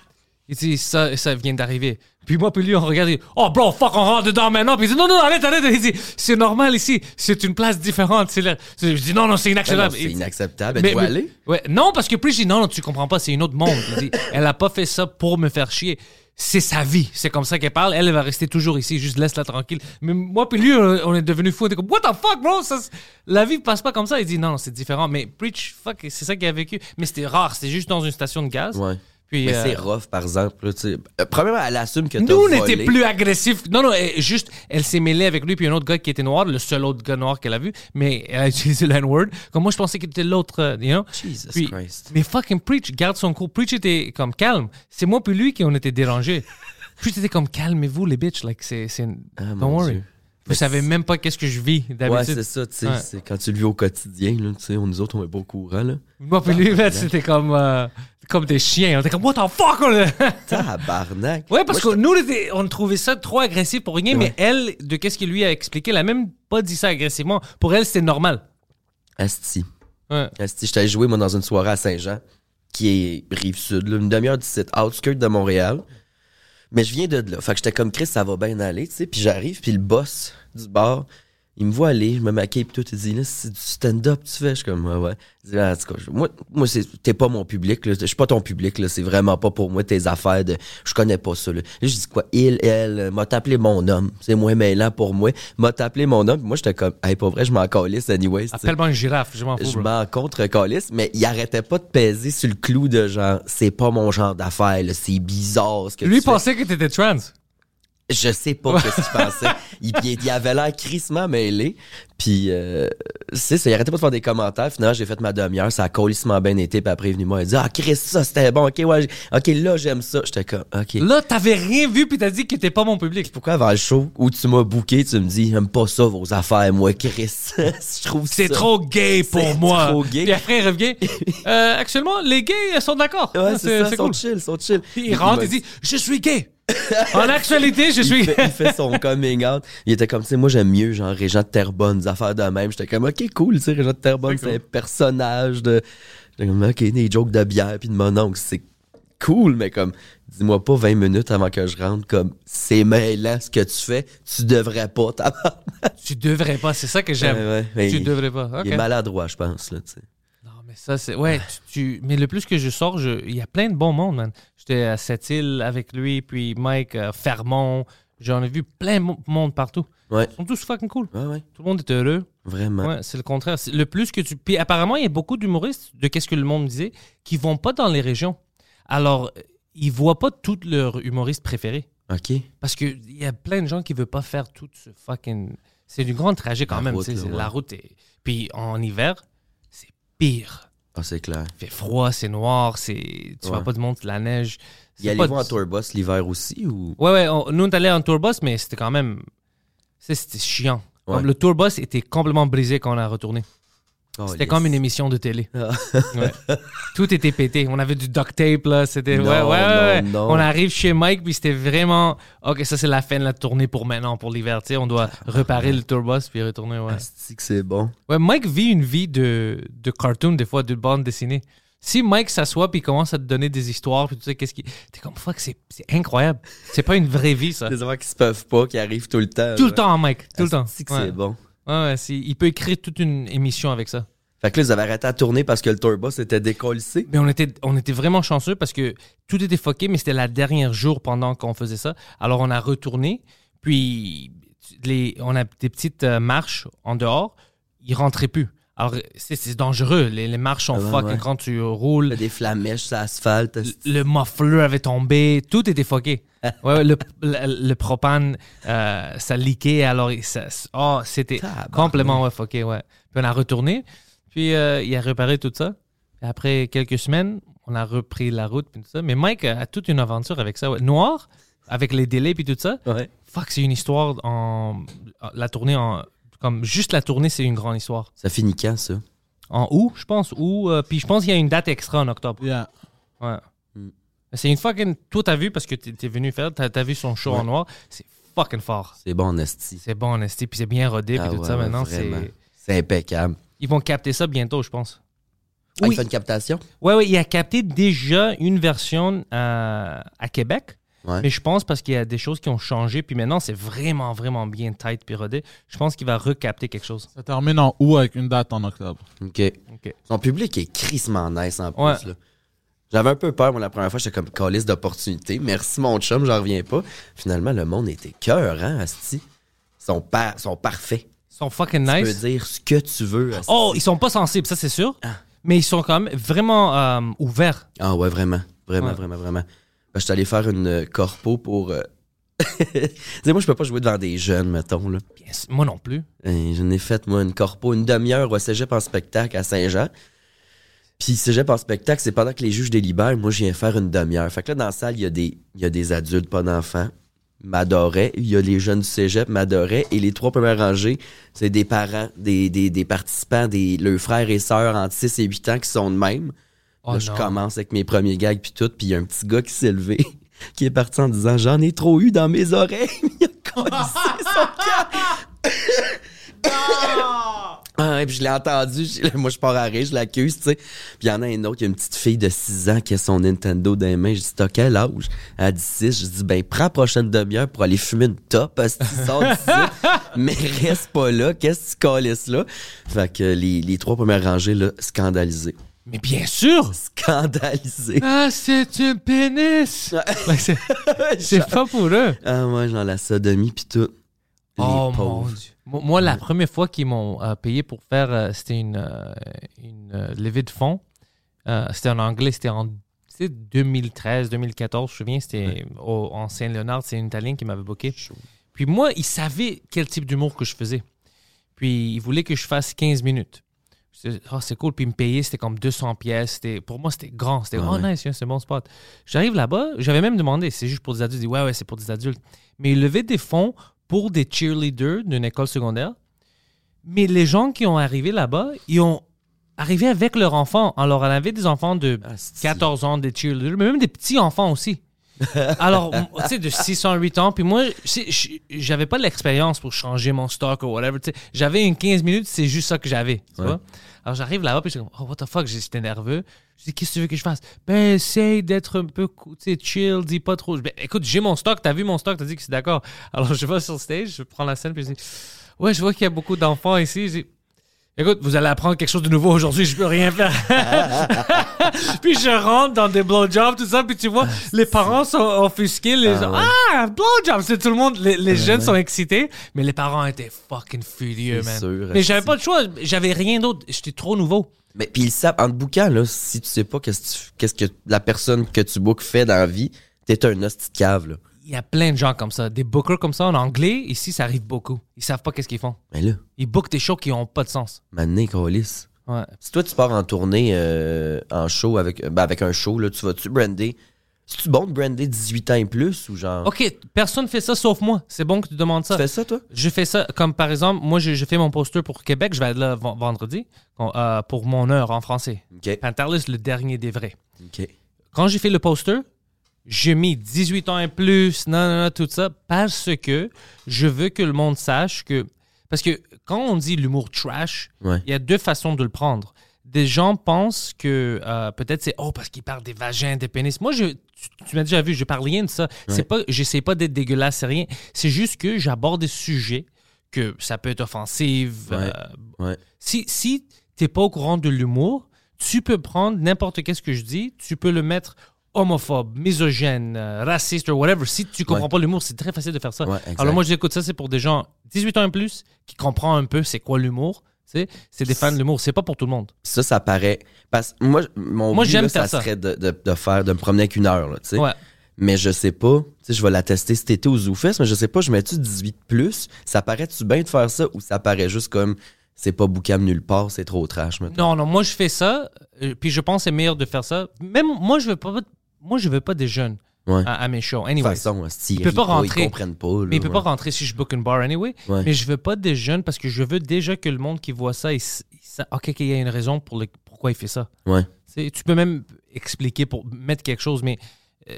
Il dit, ça, ça vient d'arriver. Puis moi, puis lui, on regarde, il dit, oh, bro, fuck, on rentre dedans maintenant. Puis il dit, non, non, arrête, arrête. Il dit, c'est normal ici, c'est une place différente. C'est là. Je dis, non, non, c'est Ben non, inacceptable. c'est Il dit- inacceptable. Mais- Tu vas mais- aller? Ouais, non, parce que Preach dit, non, non, tu comprends pas, c'est une autre monde. Il dit, elle a pas fait ça pour me faire chier. C'est sa vie. C'est comme ça qu'elle parle. Elle, elle va rester toujours ici. Juste laisse-la tranquille. Mais moi puis lui, on on est devenu fou. On était comme, what the fuck, bro? Ça, c'est- la vie passe pas comme ça. Il dit, non, non, c'est différent. Mais Preach, fuck, c'est ça qu'il a vécu. Mais c'était rare. C'était juste dans une station de gaz. Ouais. Puis, Mais euh, c'est rough, par exemple. Là, tu sais. Euh, premièrement, elle assume que t'as nous, on volé. était plus agressifs. Non, non, elle- juste, elle s'est mêlée avec lui puis un autre gars qui était noir, le seul autre gars noir qu'elle a vu. Mais elle a utilisé le N-word. Comme moi, je pensais qu'il était l'autre, euh, you know? Jesus Puis- Christ. Mais fucking Preach, garde son cool. Preach était comme calme. C'est moi puis lui qui on était dérangés. Preach était comme calmez-vous les bitches, like c'est c'est Ah, don't mon worry. Dieu. Vous savez même pas qu'est-ce que je vis Ouais, d'habitude. c'est ça, tu sais. Ouais. C'est quand tu le vis au quotidien, là, tu sais. on- Nous autres, on est pas au courant, là. Moi puis lui, man, c'était comme euh, comme des chiens. On était comme what the fuck. on est- Tabarnak. ouais, parce Moi, que nous on, était- on trouvait ça trop agressif pour rien, mais Ouais. elle, de qu'est-ce qu'il lui a expliqué, elle a même pas dit ça agressivement. Pour elle, c'était normal. Asti. Ouais. Asti, j'étais joué, moi, dans une soirée à Saint-Jean, qui est Rive-Sud, là, une demi-heure du site, outskirt de Montréal. Mais je viens de là. Fait que j'étais comme Chris, ça va bien aller, tu sais. Puis j'arrive, puis le boss du bar, Il me voit aller, je me maquille, pis tout, il dit, là, c'est du stand-up, tu fais? Je suis comme, ouais, ouais. Il dit, ah, en tout cas, je- moi, moi c'est, t'es pas mon public, là. Je suis pas ton public, là. C'est vraiment pas pour moi tes affaires de, je connais pas ça, là. Là, je dis quoi? Il, elle, euh, m'a t'appelé mon homme. C'est moins mêlant pour moi. M'a t'appelé mon homme. Puis moi, j'étais comme, hey, pas vrai, je m'en calisse, anyways. tu sais. Appelle-moi une girafe, je m'en fous. Je bro. m'en contre calisse, mais il arrêtait pas de peser sur le clou de genre, c'est pas mon genre d'affaires, là. C'est bizarre ce que Lui tu fais. pensait que t'étais trans. Je sais pas qu'est-ce qu'il pensait. Il, il, il avait l'air crissement mêlé. Puis, euh, c'est ça, il arrêtait pas de faire des commentaires. Finalement, j'ai fait ma demi-heure. Ça a colissement bien été. Puis après, il est venu moi, il dit, ah, Chris, ça, c'était bon. OK, ouais, j'ai- OK, là, j'aime ça. J'étais comme, OK. Là, t'avais rien vu puis t'as dit que t'es pas mon public. Pourquoi avant le show où tu m'as booké, tu me dis, j'aime pas ça, vos affaires, moi, Chris. Je trouve C'est ça- trop gay pour C'est moi. trop gay. Puis après, il revient. Euh, actuellement, les gays sont d'accord. Ouais, Ah, c'est ça, ils sont cool. chill, ils sont chill. Il rentre m'a et dit, je suis gay. En actualité, je il suis fait, il fait son coming out. Il était comme, tu sais, moi, j'aime mieux, genre, Régent de Terrebonne, des affaires de même. J'étais comme, OK, cool, tu sais, Régent de Terrebonne, c'est un personnage de. J'étais comme, OK, des jokes de bière puis de mon oncle, c'est cool, mais comme, dis-moi pas vingt minutes avant que je rentre, comme, c'est mêlant ce que tu fais, tu devrais pas, tabarnak. Tu devrais pas, c'est ça que j'aime. Ouais, ouais, mais Tu il- devrais pas. Ok. Il est maladroit, je pense, là, tu sais. Non, mais ça, c'est. Ouais, tu, tu- mais le plus que je sors, je... il y a plein de bons mondes, man. J'étais à Sept-Îles avec lui, puis Mike, euh, Fermont. J'en ai vu plein de monde partout. Ouais. Ils sont tous fucking cool. Ouais, ouais, Tout le monde est heureux. vraiment. Ouais, c'est le contraire. C'est le plus que tu. Puis apparemment, il y a beaucoup d'humoristes, de qu'est-ce que le monde disait, qui vont pas dans les régions. Alors, ils voient pas tous leurs humoristes préférés. OK. Parce qu'il y a plein de gens qui veulent pas faire tout ce fucking. C'est du grand trajet quand La même. route, tu sais, là, c'est- ouais. La route est. Puis en hiver, c'est pire. Ah, c'est clair. Il fait froid, c'est noir, c'est. Tu Ouais. vois pas de monde, de la neige. Il C'est allait pas voir en du- tourbus l'hiver aussi, ou? Ouais, ouais, on- nous on est allés en tourbus, mais c'était quand même. c'est- C'était chiant. Ouais. Comme le tourbus était complètement brisé quand on a retourné. Oh, C'était yes. comme une émission de télé. Ah. Ouais. Tout était pété. On avait du duct tape, là. C'était. Non, ouais, ouais, ouais. non, non. On arrive chez Mike, puis c'était vraiment. Ok, ça, c'est la fin de la tournée pour maintenant, pour l'hiver. Tu sais, on doit réparer le tourbus, puis retourner. Ouais. Asti que c'est bon. Ouais, Mike vit une vie de, de cartoon, des fois, de bande dessinée. Si Mike s'assoit puis commence à te donner des histoires, puis tu sais, qu'est-ce qui. T'es comme, fuck, c'est c'est incroyable. C'est pas une vraie vie, ça. Des affaires qui se peuvent pas, qui arrivent tout le temps. Tout le là. temps, Mike. Tout le temps. Asti que Ouais. c'est bon. Ouais, ouais, c'est- il peut écrire toute une émission avec ça. Fait que là, vous avez arrêté à tourner parce que le tourbus était décollissé. Mais on était, on était vraiment chanceux parce que tout était fucké, mais c'était la dernière jour pendant qu'on faisait ça. Alors, on a retourné, puis les, on a des petites euh, marches en dehors. Ils rentraient plus. Alors, c'est c'est dangereux. Les, les marches sont Ah ouais, fuck ouais. quand tu roules. Des flamèches sur l'asphalte. asti. Le muffler avait tombé, tout était fucké. Ouais, ouais, le, le, le propane, euh, ça leakait, alors il- ça, oh, c'était Tabarnak. complètement ouais, fucké, ouais. Puis on a retourné, puis euh, il a réparé tout ça. Et après quelques semaines, on a repris la route, puis tout ça. Mais Mike a, a toute une aventure avec ça. Ouais. Noir, avec les délais, puis tout ça. Ouais. Fuck, c'est une histoire en. La tournée en. Comme juste la tournée, c'est une grande histoire. Ça finit quand, ça? En août, je pense, ou. euh, puis je pense qu'il y a une date extra en octobre. Yeah. Ouais. Mm. C'est une fucking. Toi, t'as vu parce que t'es t'es venu faire, t'as as vu son show Ouais. en noir. C'est fucking fort. C'est bon, Nasty. C'est bon, Nasty, puis c'est bien rodé, puis Ah tout ouais, ça. ouais, Maintenant, c'est. vraiment. C'est impeccable. Ils vont capter ça bientôt, je pense. Ah, Oui. il fait une captation? Ouais, ouais, il a capté déjà une version euh, à Québec. Ouais. Mais je pense parce qu'il y a des choses qui ont changé, puis maintenant, c'est vraiment, vraiment bien tight puis rodé. Je pense qu'il va recapter quelque chose. Ça termine en août avec une date en octobre. OK. OK. Son public est crissement nice en plus. Ouais. Là. J'avais un peu peur, moi, la première fois, j'étais comme calice d'opportunité. Merci, mon chum, j'en reviens pas. Finalement, le monde était cœur, hein, Asti? Ils sont, par- sont parfaits. Ils sont fucking Tu nice. peux dire ce que tu veux, Asti. Oh, ils sont pas sensibles, ça, c'est sûr. Ah. Mais ils sont quand même vraiment euh, ouverts. Ah ouais, vraiment. Vraiment, Ouais. vraiment, vraiment. Ben, je suis allé faire une euh, corpo pour... euh, tu sais, moi, je peux pas jouer devant des jeunes, mettons, là. Bien sûr, moi non plus. Euh, J'en ai fait, moi, une corpo, une demi-heure au cégep en spectacle à Saint-Jean. Puis cégep en spectacle, c'est pendant que les juges délibèrent, moi, je viens faire une demi-heure. Fait que là, dans la salle, il y a des, il y a des adultes, pas d'enfants, m'adoraient. Il y a les jeunes du cégep, m'adoraient. Et les trois premières rangées, c'est des parents, des, des, des participants, des, leurs frères et sœurs entre six et huit ans qui sont de même. Oh Là, je non. commence avec mes premiers gags puis tout, puis il y a un petit gars qui s'est levé, qui est parti en disant « J'en ai trop eu dans mes oreilles! » Il a collissé son camp. Ah, et puis je l'ai entendu, je- moi je pars à rire, je l'accuse, tu sais. Puis il y en a une autre, il y a une petite fille de six ans qui a son Nintendo dans les mains. Je dis, t'as quel âge? Elle dit six. Je dis, ben, prends la prochaine demi-heure pour aller fumer une top, parce que tu sors d'ici. Mais reste pas là, qu'est-ce que tu calisses là? Fait que les, les trois premières rangées, là, scandalisées. Mais bien sûr! Scandalisées. Ah, c'est un pénis! Ben, c'est c'est pas pour eux. Ah, moi, genre la sodomie, pis tout. Les Oh mon pauvres. Dieu. Moi, moi, la première fois qu'ils m'ont euh, payé pour faire, euh, c'était une, euh, une euh, levée de fonds. Euh, c'était en anglais, c'était en c'était deux mille treize, deux mille quatorze, je me souviens, c'était au- en Saint-Léonard, c'est une Italienne qui m'avait booké. Puis moi, il savait quel type d'humour que je faisais. Puis il voulait que je fasse quinze minutes. Je disais, oh, c'est cool. Puis il me payait, c'était comme deux cents pièces. C'était, pour moi, c'était grand. C'était, Ah oh, ouais. nice, c'est bon spot. J'arrive là-bas, j'avais même demandé, c'est juste pour des adultes. Il dit, ouais, ouais, c'est pour des adultes. Mais il levait des fonds pour des cheerleaders d'une école secondaire. Mais les gens qui ont arrivé là-bas, ils ont arrivé avec leurs enfants. Alors, elle avait des enfants de Ah, c'est- quatorze ans, des cheerleaders, mais même des petits enfants aussi. Alors, tu sais, de six ans, huit ans. Puis moi, c'est- j- j'avais pas l'expérience pour changer mon stock ou whatever. tu sais. J'avais une quinze minutes, c'est juste ça que j'avais. Tu Ouais. vois? Alors, j'arrive là-bas, puis je suis comme, oh, what the fuck, j'étais nerveux. Je dis, qu'est-ce que tu veux que je fasse? Ben, essaye d'être un peu, cou- tu sais, chill, dis pas trop. Ben, écoute, j'ai mon stock, t'as vu mon stock, t'as dit que c'est d'accord. Alors, je vais sur le stage, je prends la scène, puis je dis, ouais, je vois qu'il y a beaucoup d'enfants ici. Je dis, écoute, vous allez apprendre quelque chose de nouveau aujourd'hui, je peux rien faire. Puis je rentre dans des blowjobs, tout ça, puis tu vois, les parents sont offusqués. Les Ah gens, ouais. ah, blowjob, c'est tout le monde, les, les jeunes sont excités, mais les parents étaient fucking furieux, C'est man. sûr, mais j'avais esti. pas de choix, j'avais rien d'autre, j'étais trop nouveau. Mais puis ils savent, en te bouquant, là, si tu sais pas qu'est-ce que, tu- qu'est-ce que la personne que tu bookes fait dans la vie, t'es un hostie de cave, là. Il y a plein de gens comme ça, des bookers comme ça en anglais, ici ça arrive beaucoup. Ils savent pas qu'est-ce qu'ils font. Mais là, Ils bookent des shows qui ont pas de sens. maintenant, Colis. Ouais. Si toi, tu pars en tournée, euh, en show, avec, ben, avec un show, là, tu vas-tu brander? C'est-tu bon de brander dix-huit ans et plus, ou genre... Ok, personne fait ça sauf moi. C'est bon que tu demandes ça. Tu fais ça, toi? Je fais ça, comme par exemple, moi, je, je fais mon poster pour Québec. Je vais être là v- vendredi euh, pour mon heure en français. OK. Pantelis, le dernier des vrais. OK. Quand j'ai fait le poster, j'ai mis dix-huit ans et plus, non, non, non, tout ça, parce que je veux que le monde sache que... Parce que quand on dit l'humour trash, Ouais. il y a deux façons de le prendre. Des gens pensent que euh, peut-être c'est oh parce qu'ils parlent des vagins, des pénis. Moi, je, tu, tu m'as déjà vu, je parle rien de ça. C'est pas, j'essaie pas d'être dégueulasse, c'est rien. C'est juste que j'aborde des sujets que ça peut être offensif. Ouais. euh, Ouais. Si si t'es pas au courant de l'humour, tu peux prendre n'importe qu'est-ce que je dis, tu peux le mettre homophobe, misogyne, euh, raciste ou whatever. Si tu comprends Ouais. pas l'humour, c'est très facile de faire ça. Ouais, exact. Alors moi, j'écoute ça, c'est pour des gens dix-huit ans et plus qui comprennent un peu c'est quoi l'humour. Tu sais, c'est des fans de l'humour. C'est pas pour tout le monde. Ça, ça paraît... Parce que moi, mon Moi, but, j'aime là, faire ça ça. serait de, de, de faire, de me promener avec une heure, là, tu sais. Ouais. Mais je sais pas, tu sais, je vais la tester cet été au ZooFest, mais je sais pas, je mets-tu dix-huit plus? Ça paraît-tu bien de faire ça, ou ça paraît juste comme, c'est pas boucam nulle part, c'est trop trash, mettons? Non, non, moi je fais ça, euh, puis je pense que c'est meilleur de faire ça. Même moi, je veux pas, moi je veux pas des jeunes Ouais. à, à mes shows. De Anyway, toute façon, s'ils il peut rient pas rentrer. ils comprennent pas. Là, mais il peut pas ouais. rentrer si je book une bar anyway. Ouais. Mais je veux pas des jeunes parce que je veux déjà que le monde qui voit ça, il, s- il sa- ok, ok, il y a une raison pour le- pourquoi il fait ça. Ouais. Tu sais, tu peux même expliquer pour mettre quelque chose, mais euh,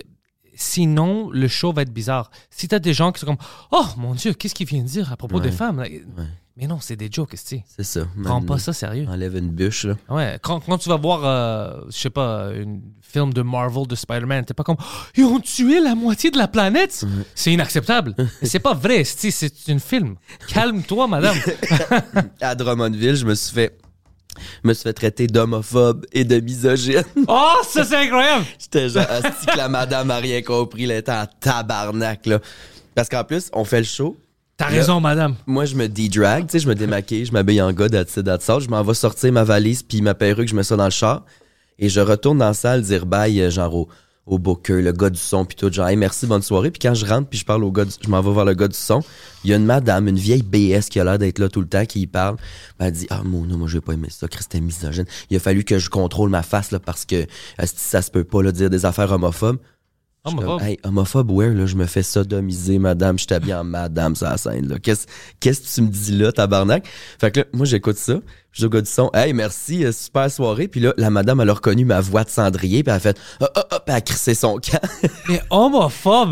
sinon, le show va être bizarre. Si tu as des gens qui sont comme oh mon Dieu, qu'est-ce qu'il vient de dire à propos Ouais. des femmes? Là? Mais non, c'est des jokes, tu sais. C'est ça. Prends Man, pas ça sérieux. Enlève une bûche, là. Ouais, quand, quand tu vas voir, euh, je sais pas, un film de Marvel de Spider-Man, t'es pas comme oh, ils ont tué la moitié de la planète. C'est inacceptable. Mais c'est pas vrai, c'est c'est un film. Calme-toi, madame. À Drummondville, je me suis fait. Je me suis fait traiter d'homophobe et de misogyne. Oh, ça c'est incroyable. J'étais genre, asti que la madame a rien compris, elle était en tabarnak, là. Parce qu'en plus, on fait le show. T'as Là, raison, madame. Moi, je me de-drag, tu sais, je me démaquille, je m'habille en gars, that's it, that's all. Je m'en vais sortir ma valise puis ma perruque, je mets ça dans le char. Et je retourne dans la salle dire bye, euh, genre au, au booker, le gars du son, puis tout, genre, hey, merci, bonne soirée. Puis quand je rentre puis je parle au gars, du- je m'en vais voir le gars du son, il y a une madame, une vieille B S qui a l'air d'être là tout le temps, qui y parle. Ben, elle dit, ah, mon non, moi, j'ai pas aimé ça, Christ, c'était misogyne. Il a fallu que je contrôle ma face, là, parce que asti, ça se peut pas, là, dire des affaires homophobes. Je suis Homophobe. comme, hey, homophobe, where, là, je me fais sodomiser, madame, je t'habille en madame sur la scène, là. Qu'est-ce, qu'est-ce que tu me dis là, tabarnak? Fait que là, moi, j'écoute ça. Je dis au gars du son, hey, merci, euh, super soirée. Puis là, la madame, elle a reconnu ma voix de cendrier, puis elle a fait, hop, hop, hop, elle a crissé son camp. Mais homophobe,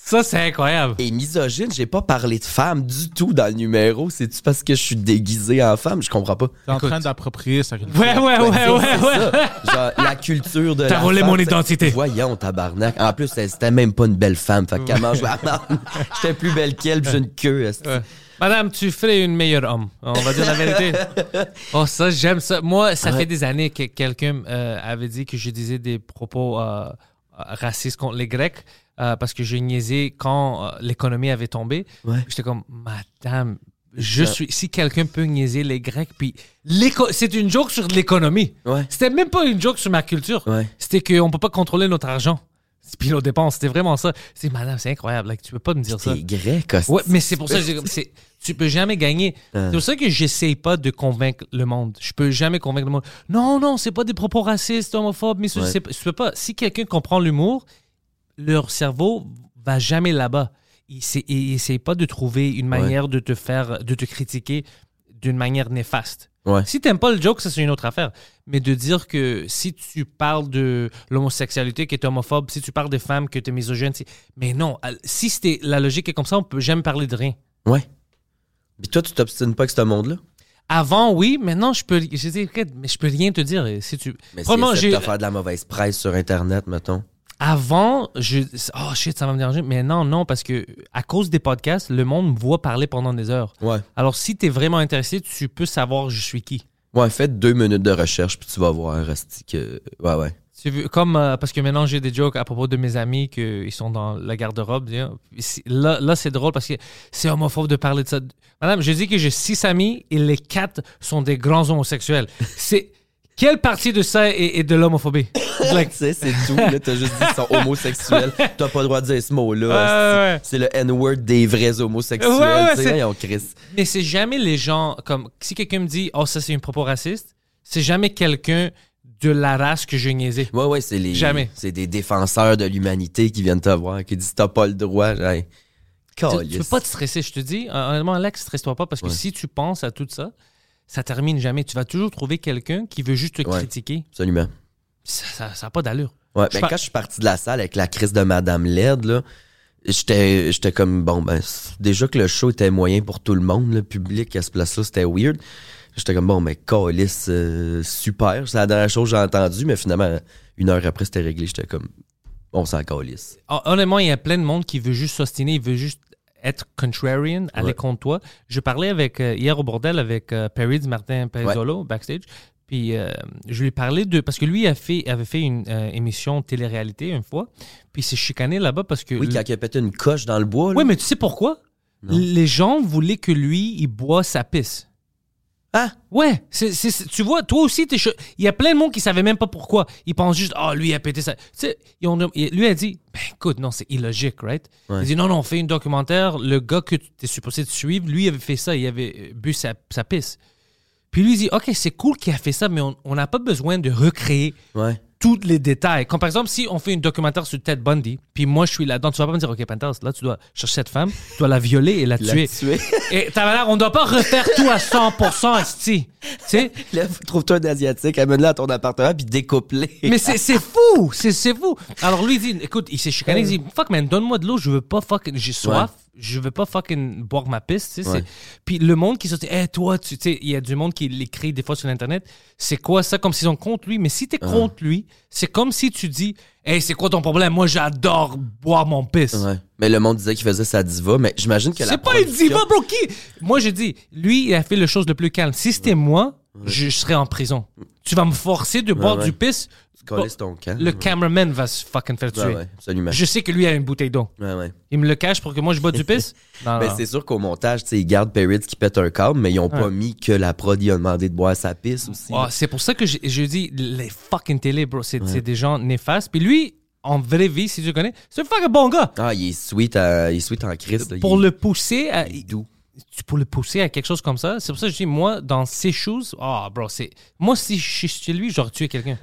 Ça, c'est incroyable. Et misogyne, j'ai pas parlé de femme du tout dans le numéro. C'est-tu parce que je suis déguisé en femme? Je comprends pas. T'es en Écoute. train d'approprier sa culture. Ouais, ouais, ouais, c'est- ouais, c'est ouais. ça. Genre, la culture de T'as la volé femme, mon c'est- identité. Voyons, tabarnak. En plus, elle- c'était même pas une belle femme. Fait qu'elle mange la marde. J'étais plus belle qu'elle, puis j'ai une queue. esti. Ouais. Madame, tu ferais une meilleure homme. On va dire la vérité. Oh, ça, j'aime ça. Moi, ça Ouais. fait des années que quelqu'un euh, avait dit que je disais des propos euh, racistes contre les Grecs euh, parce que j'ai niaisé quand euh, l'économie avait tombé. Ouais. J'étais comme, madame, je Ça. suis. Si quelqu'un peut niaiser les Grecs, puis l'éco- c'est une joke sur l'économie. Ouais. C'était même pas une joke sur ma culture. Ouais. C'était qu'on peut pas contrôler notre argent. Puis nos dépenses. C'était vraiment ça. C'est madame, c'est incroyable. Like, tu peux pas me dire ça. T'es grec, hostie. Ouais, mais c'est pour ça que j'ai- c'est, tu peux jamais gagner. Ah. C'est pour ça que j'essaye pas de convaincre le monde. Je peux jamais convaincre le monde. Non, non, c'est pas des propos racistes, homophobes, mais Ouais. c'est, tu peux pas. Si quelqu'un comprend l'humour, leur cerveau va jamais là-bas. Il essaye pas de trouver une manière de te faire, de te critiquer d'une manière néfaste. Ouais. Si t'aimes pas le joke, ça c'est une autre affaire. Mais de dire que si tu parles de l'homosexualité qui est homophobe, si tu parles des femmes que t'es misogyne, c'est- mais non, si c'était la logique est comme ça, on peut jamais parler de rien. Ouais. Puis toi, tu t'obstines pas avec ce monde-là? Avant, oui, maintenant je peux, je dis, écoute, mais je peux rien te dire. Si tu, Mais si Probablement, essaie j'ai- de te faire de la mauvaise presse sur Internet, mettons. Avant, je, oh shit, ça va me déranger. Mais non, non, parce que à cause des podcasts, le monde me voit parler pendant des heures. Ouais. Alors si t'es vraiment intéressé, tu peux savoir je suis qui. Ouais, fais deux minutes de recherche, puis tu vas voir, Resti, que... Ouais, ouais. Tu veux, comme, euh, parce que maintenant, j'ai des jokes à propos de mes amis qu'ils sont dans la garde-robe. tu sais. Là, là c'est drôle parce que c'est homophobe de parler de ça. Madame, je dis que j'ai six amis et les quatre sont des grands homosexuels. C'est... Quelle partie de ça est, est de l'homophobie? Like, Tu sais, c'est tout. Là, t'as juste dit qu'ils sont homosexuels. T'as pas le droit de dire ce mot-là. Ouais, Esti. ouais, ouais. C'est le N-word des vrais homosexuels. Ouais, ouais, tu sais, c'est- ils ont Chris. mais c'est jamais les gens comme si quelqu'un me dit oh ça c'est un propos raciste, c'est jamais quelqu'un de la race que je niaisais. Ouais, ouais, c'est les. Jamais. C'est des défenseurs de l'humanité qui viennent te voir, qui disent t'as pas le droit. Hey. Tu, Calisse. tu peux pas te stresser, je te dis. Honnêtement, Alex, stresse-toi pas parce que Ouais. si tu penses à tout ça, ça termine jamais. Tu vas toujours trouver quelqu'un qui veut juste te Ouais. critiquer. Absolument. Ça, ça, ça a pas d'allure. Ouais, Je ben, par- quand je suis parti de la salle avec la crise de Madame Led, là, j'étais, j'étais comme, bon, ben, c'est- déjà que le show était moyen pour tout le monde, le public à ce place-là, c'était weird. J'étais comme, bon, mais calice, euh, super. C'est la dernière chose que j'ai entendue, mais finalement, une heure après, c'était réglé. J'étais comme, on s'en calisse. Hon- Honnêtement, il y a plein de monde qui veut juste s'ostiner, il veut juste être contrarian, aller Ouais. contre toi. Je parlais avec euh, hier au bordel avec euh, Perry du Martin Pezzolo backstage. Puis euh, je lui parlais de parce que lui a fait, avait fait une euh, émission télé-réalité une fois. Puis il s'est chicané là-bas parce que Oui, quand il a pété une coche dans le bois, là. ouais, mais tu sais pourquoi? Non. Les gens voulaient que lui il boit sa pisse. Ah! Ouais, c'est, c'est- c'est- tu vois, toi aussi, t'es cho- il y a plein de monde qui savait même pas pourquoi. Ils pensent juste, ah, lui, il a pété ça. Tu sais, ils ont- il- lui a dit, ben écoute, non, c'est illogique, right? Ouais. Il dit, non, non, on fait un documentaire, le gars que tu es supposé de suivre, lui, il avait fait ça, il avait euh, bu sa, sa pisse. Puis lui, il dit, OK, c'est cool qu'il a fait ça, mais on on n'a pas besoin de recréer Ouais. tous les détails. Comme par exemple, si on fait un documentaire sur Ted Bundy, puis moi, je suis là-dedans, tu vas pas me dire, OK, Panthers, là, tu dois chercher cette femme, tu dois la violer et la La tuer. tuer. Et t'as l'air, on doit pas refaire tout à cent pour cent, esti. Tu sais? Là, trouve-toi un Asiatique, amène-le à ton appartement, puis découpe-le. Mais c'est, c'est fou! C'est, c'est fou! Alors lui, il dit, écoute, il s'est chicané, il dit, fuck man, donne-moi de l'eau, je veux pas fucking, j'ai soif, je veux pas fucking boire ma pisse, tu sais. Ouais. c'est- Puis le monde qui se dit, hey, toi, tu sais, il y a du monde qui l'écrit des fois sur Internet, c'est quoi ça? Comme s'ils sont contre lui, mais si t'es contre lui, c'est comme si tu dis, hey, c'est quoi ton problème? Moi, j'adore boire mon pisse. Ouais. Mais le monde disait qu'il faisait sa diva, mais j'imagine que la C'est pas une production- diva, bro, qui? Moi, j'ai dit, lui, il a fait le chose le plus calme. Si c'était moi, je serais en prison. Tu vas me forcer de boire ouais. du pisse, Tu calisses ton camp. le cameraman va se fucking faire tuer. Ouais, ouais, absolument. Je sais que lui a une bouteille d'eau. Ouais, ouais. Il me le cache pour que moi je bois du pisse? Non, Ben, non. c'est sûr qu'au montage, tu sais, ils gardent Perrids qui pète un câble, mais ils ont pas Ouais. mis que la prod y a demandé de boire sa pisse aussi. Oh, c'est pour ça que je, je dis, les fucking télé, bro, c'est c'est des gens néfastes. Puis lui, en vraie vie, si tu le connais, c'est un fucking bon gars. Ah, il est sweet, à- il est sweet en Christ. là. Pour Il- le pousser à... il est doux. tu- pour le pousser à quelque chose comme ça. C'est pour ça que je dis, moi, dans ses shoes, ah, bro, c'est. Moi, si je suis chez lui, j'aurais tué quelqu'un.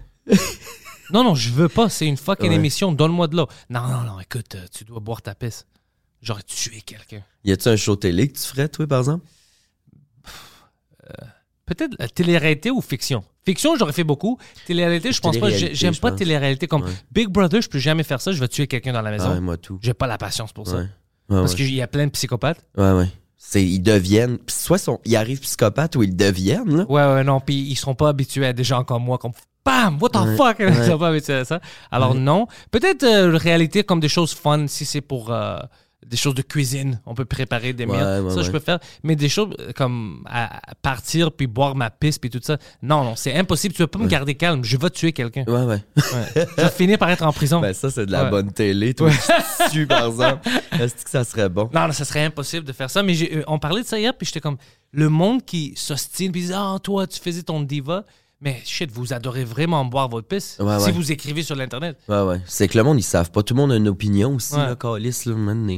non, non, je veux pas. C'est une fucking Ouais. émission. Donne-moi de l'eau. Non, non, non, écoute, euh, tu dois boire ta pisse. J'aurais tué quelqu'un. Y a-tu un show télé que tu ferais, toi, par exemple? peut-être la télé-réalité ou fiction. Fiction, j'aurais fait beaucoup. Télé-réalité, je pense pas. Télé-réalité, J'aime je pas pense. télé-réalité comme Ouais. Big Brother. Je peux jamais faire ça. Je vais tuer quelqu'un dans la maison. Ah ouais, moi tout. J'ai pas la patience pour ça. Ouais. Ouais, Parce ouais. qu'il y a plein de psychopathes. Ouais, ouais. C'est, ils deviennent. Pis soit sont, ils arrivent psychopathes ou ils deviennent, là. Ouais, ouais, non. Puis ils seront pas habitués à des gens comme moi, comme bam, what the Ouais, fuck. Ils ouais. sont pas habitués à ça. Alors Ouais. non. Peut-être euh, réalité comme des choses fun si c'est pour euh, des choses de cuisine. On peut préparer des Ouais, meals. ouais, ça, je ouais. peux faire. Mais des choses euh, comme à à partir puis boire ma pisse puis tout ça. Non, non, c'est impossible. Tu vas pas me garder calme. Je vais tuer quelqu'un. Ouais, ouais. Ouais. Je vais finir par être en prison. Ben, ça, c'est de la Ouais. bonne télé. Toi, tu tues, par exemple. Est-ce que ça serait bon? Non, non, ça serait impossible de faire ça. Mais j'ai- euh, on parlait de ça hier, puis j'étais comme, le monde qui s'ostine, puis dit, ah, toi, tu faisais ton diva. Mais shit, vous adorez vraiment boire votre pisse Ouais, si ouais. vous écrivez sur l'Internet. Ouais, ouais. C'est que le monde, ils savent pas. Tout le monde a une opinion aussi, Ouais. là, calice, là, maintenant.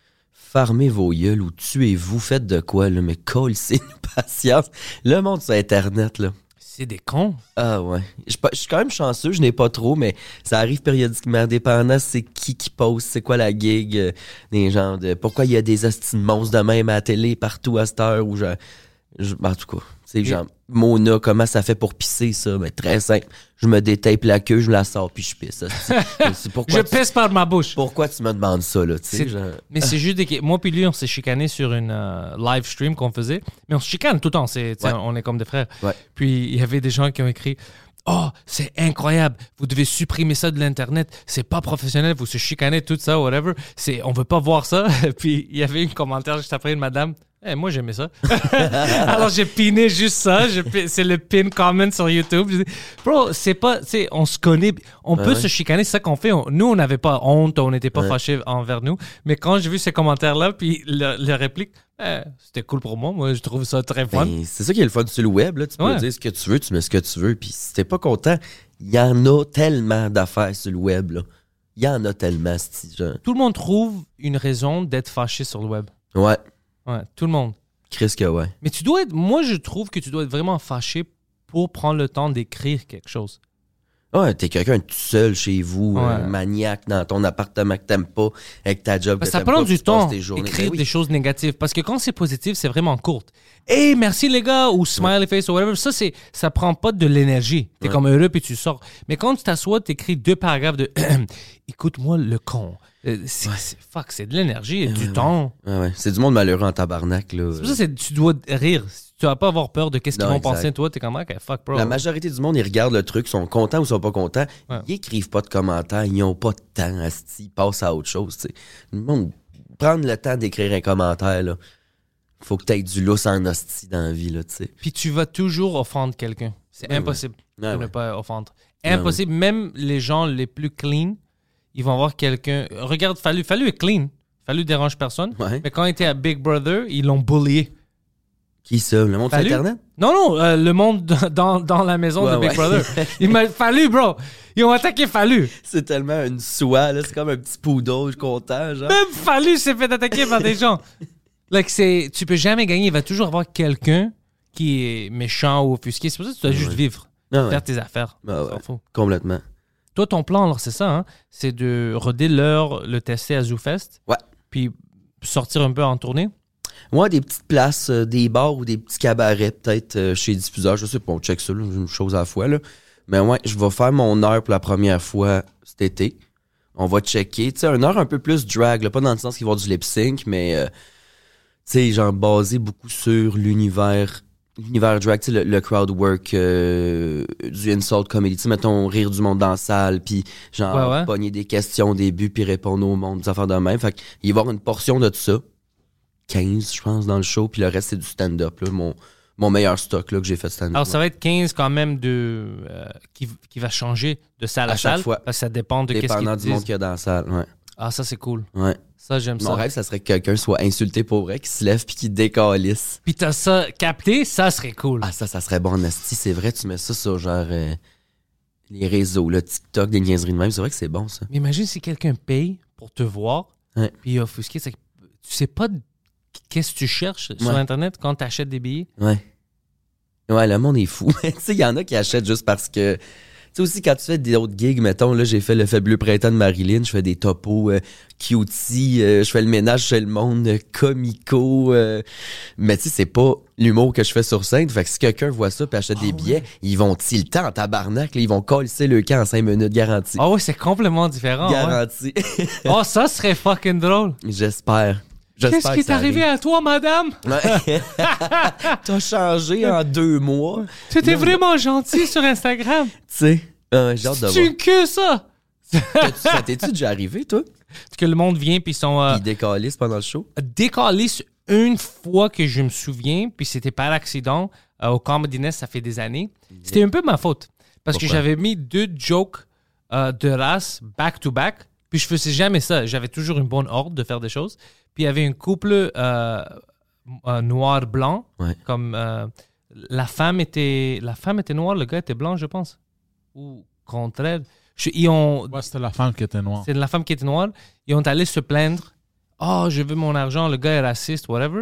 Farmez vos gueules ou tuez-vous, faites de quoi, là, mais calissez-nous patience. Le monde sur Internet, là. C'est des cons. Ah ouais. Je je suis quand même chanceux, je n'ai pas trop, mais ça arrive périodiquement. Dépendant c'est qui qui poste, c'est quoi la gig, euh, des gens de. Pourquoi il y a des hosties de monstres de même à la télé partout à cette heure où je. je- en tout cas, c'est Et- genre Mona, comment ça fait pour pisser ça? Mais très simple. Je me détape la queue, je me la sors puis je pisse. hostie. C'est pourquoi Je tu, pisse par ma bouche. pourquoi tu me demandes ça, là, tu sais? C'est- genre- Mais c'est juste des... Moi puis lui, on s'est chicané sur une euh, live stream qu'on faisait. Mais on se chicane tout le temps. C'est, tu sais, Ouais. On est comme des frères. Ouais. Puis il y avait des gens qui ont écrit « Oh, c'est incroyable. Vous devez supprimer ça de l'Internet. C'est pas professionnel. Vous se chicanez, tout ça, whatever. C'est, on veut pas voir ça. » Puis il y avait un commentaire juste après une madame. Eh, moi, j'aimais ça. Alors, j'ai piné juste ça. J'ai pi- c'est le pin comment sur YouTube. J'ai dit, bro, c'est pas, tu sais, on se connaît. On Ouais, peut ouais. se chicaner, c'est ça qu'on fait. On- nous, on n'avait pas honte, on n'était pas Ouais. fâchés envers nous. Mais quand j'ai vu ces commentaires-là, puis le, le réplique, eh, c'était cool pour moi. Moi, je trouve ça très fun. Ben, c'est ça qui est le fun sur le web, là. Tu peux Ouais. dire ce que tu veux, tu mets ce que tu veux. Puis si t'es pas content, il y en a tellement d'affaires sur le web, là. Il y en a tellement, c'ti, genre. Tout le monde trouve une raison d'être fâché sur le web. Ouais. Ouais, tout le monde. Chris que ouais. Mais tu dois être, moi, je trouve que tu dois être vraiment fâché pour prendre le temps d'écrire quelque chose. Ouais, t'es quelqu'un tout seul chez vous, Ouais. un maniaque dans ton appartement que t'aimes pas, avec ta job Parce que que ça t'aimes prend pas, du puis tu passes temps tes journées. d'écrire Ben oui. des choses négatives. Parce que quand c'est positif, c'est vraiment court. Hey, merci les gars, ou smiley face, ou whatever. Ça, c'est, ça prend pas de l'énergie. T'es Ouais. comme heureux puis tu sors. Mais quand tu t'assois, t'écris deux paragraphes de écoute-moi le con. Euh, C'est, c'est- fuck, c'est de l'énergie et du ouais, temps. Ouais, ouais. C'est du monde malheureux en tabarnak, là. C'est pour ça que c'est- tu dois rire. Tu vas pas avoir peur de qu'est-ce qu'ils Non, vont exact. penser de toi. T'es comme, ok, fuck, bro. La majorité du monde, ils regardent le truc, sont contents ou sont pas contents. Ouais. Ils écrivent pas de commentaires, ils ont pas de temps, asti, ils passent à autre chose, tu sais. Le monde, prendre le temps d'écrire un commentaire, là. Faut que t'aies du lousse en hostie dans la vie, là, tu sais. Puis tu vas toujours offendre quelqu'un. C'est Ouais, impossible ouais. Ouais, de ne ouais. pas offendre. Ouais, Impossible. Même les gens les plus clean, ils vont voir quelqu'un. Regarde, Fallu. Fallu est clean. Fallu dérange personne. Ouais. Mais quand il était à Big Brother, ils l'ont bullié. Qui ça? Le monde sur Fallu? Internet? Non, non, euh, le monde dans, dans la maison Ouais, de Big ouais. Brother. Il m'a fallu, bro. Ils ont attaqué Fallu. C'est tellement une soie, là. C'est comme un petit poudre content, genre. Même Fallu s'est fait attaquer par des gens. Like, c'est, tu peux jamais gagner. Il va toujours avoir quelqu'un qui est méchant ou offusqué. C'est pour ça que tu dois juste Ouais. vivre. Ah ouais. Faire tes affaires. Ah On s'en ouais. fout. Complètement. Toi, ton plan, alors, c'est ça, hein? C'est de roder l'heure, le tester à ZooFest. Ouais. Puis sortir un peu en tournée. Moi, des petites places, euh, des bars ou des petits cabarets, peut-être, euh, chez les diffuseurs. Je sais pas, on check ça, là, une chose à la fois, là. Mais ouais, je vais faire mon heure pour la première fois cet été. On va checker. Tu sais, une heure un peu plus drag, là, pas dans le sens qu'il va y avoir du lip-sync, mais, euh, tu sais, genre basé beaucoup sur l'univers l'univers drag, tu sais, le, le crowd work euh, du insult comedy. Tu sais, mettons, rire du monde dans la salle, puis genre, Ouais, ouais. pogner des questions au début, puis répondre au monde, des affaires de même. Fait qu'il va y avoir une portion de tout ça. quinze, je pense, dans le show, puis le reste, c'est du stand-up, là, mon, mon meilleur stock, là, que j'ai fait stand-up. Alors, ça va être quinze quand même de euh, qui, qui va changer de salle à, À chaque salle. fois. Parce que ça dépend de qu'est-ce qu'ils Dépendant te du monde disent. qu'il y a dans la salle, ouais. Ah, ça, c'est cool. Ouais. Ça, j'aime Mon ça. rêve, ça serait que quelqu'un soit insulté pour vrai, qu'il se lève puis qu'il décalisse. Puis t'as ça capté, ça serait cool. Ah, ça, ça serait bon, Nasty. C'est vrai, tu mets ça sur genre euh, les réseaux, là, TikTok, des niaiseries de même. C'est vrai que c'est bon, ça. Mais imagine si quelqu'un paye pour te voir, Ouais. puis il est offusqué. c'est que Tu sais pas de- qu'est-ce que tu cherches sur Ouais. Internet quand tu achètes des billets. Ouais. Ouais, le monde est fou. Tu sais, il y en a qui achètent juste parce que, tu sais aussi, quand tu fais d'autres gigs, mettons, là, j'ai fait le Fabuleux Printemps de Marilyn, je fais des topos euh, cutie, euh, je fais le ménage chez le monde, euh, comico, euh, mais tu sais, c'est pas l'humour que je fais sur scène. Fait que si quelqu'un voit ça puis achète Oh, des billets, ouais. ils vont tilter en tabarnak, là, ils vont coller le camp en cinq minutes, garanti. Ah oui, c'est complètement différent. Garanti. Ouais. Oh, ça serait fucking drôle. J'espère. J'espère. Qu'est-ce qui est arrivé à toi, madame? Ouais. T'as changé en deux mois. Tu étais vraiment gentil sur Instagram. Tu sais, euh, j'ai hâte de C'est voir. une queue, ça! Ça t'es-tu déjà arrivé, toi? Que le monde vient puis ils sont... Euh, Ils décalissent pendant le show? décalissent une fois que je me souviens, puis c'était pas l'accident. Euh, au Comedy Nest, ça fait des années. C'était un peu ma faute. Parce Pourquoi? que j'avais mis deux jokes euh, de race back-to-back, puis je faisais jamais ça. J'avais toujours une bonne ordre de faire des choses. Puis il y avait un couple euh, euh, noir-blanc, Ouais. comme euh, la femme était la femme était noire, le gars était blanc, je pense. Ou contraire. Je- ils ont, Ouais, c'était la femme qui était noire. c'est la femme qui était noire. Ils ont allé se plaindre. Oh, je veux mon argent, le gars est raciste, whatever.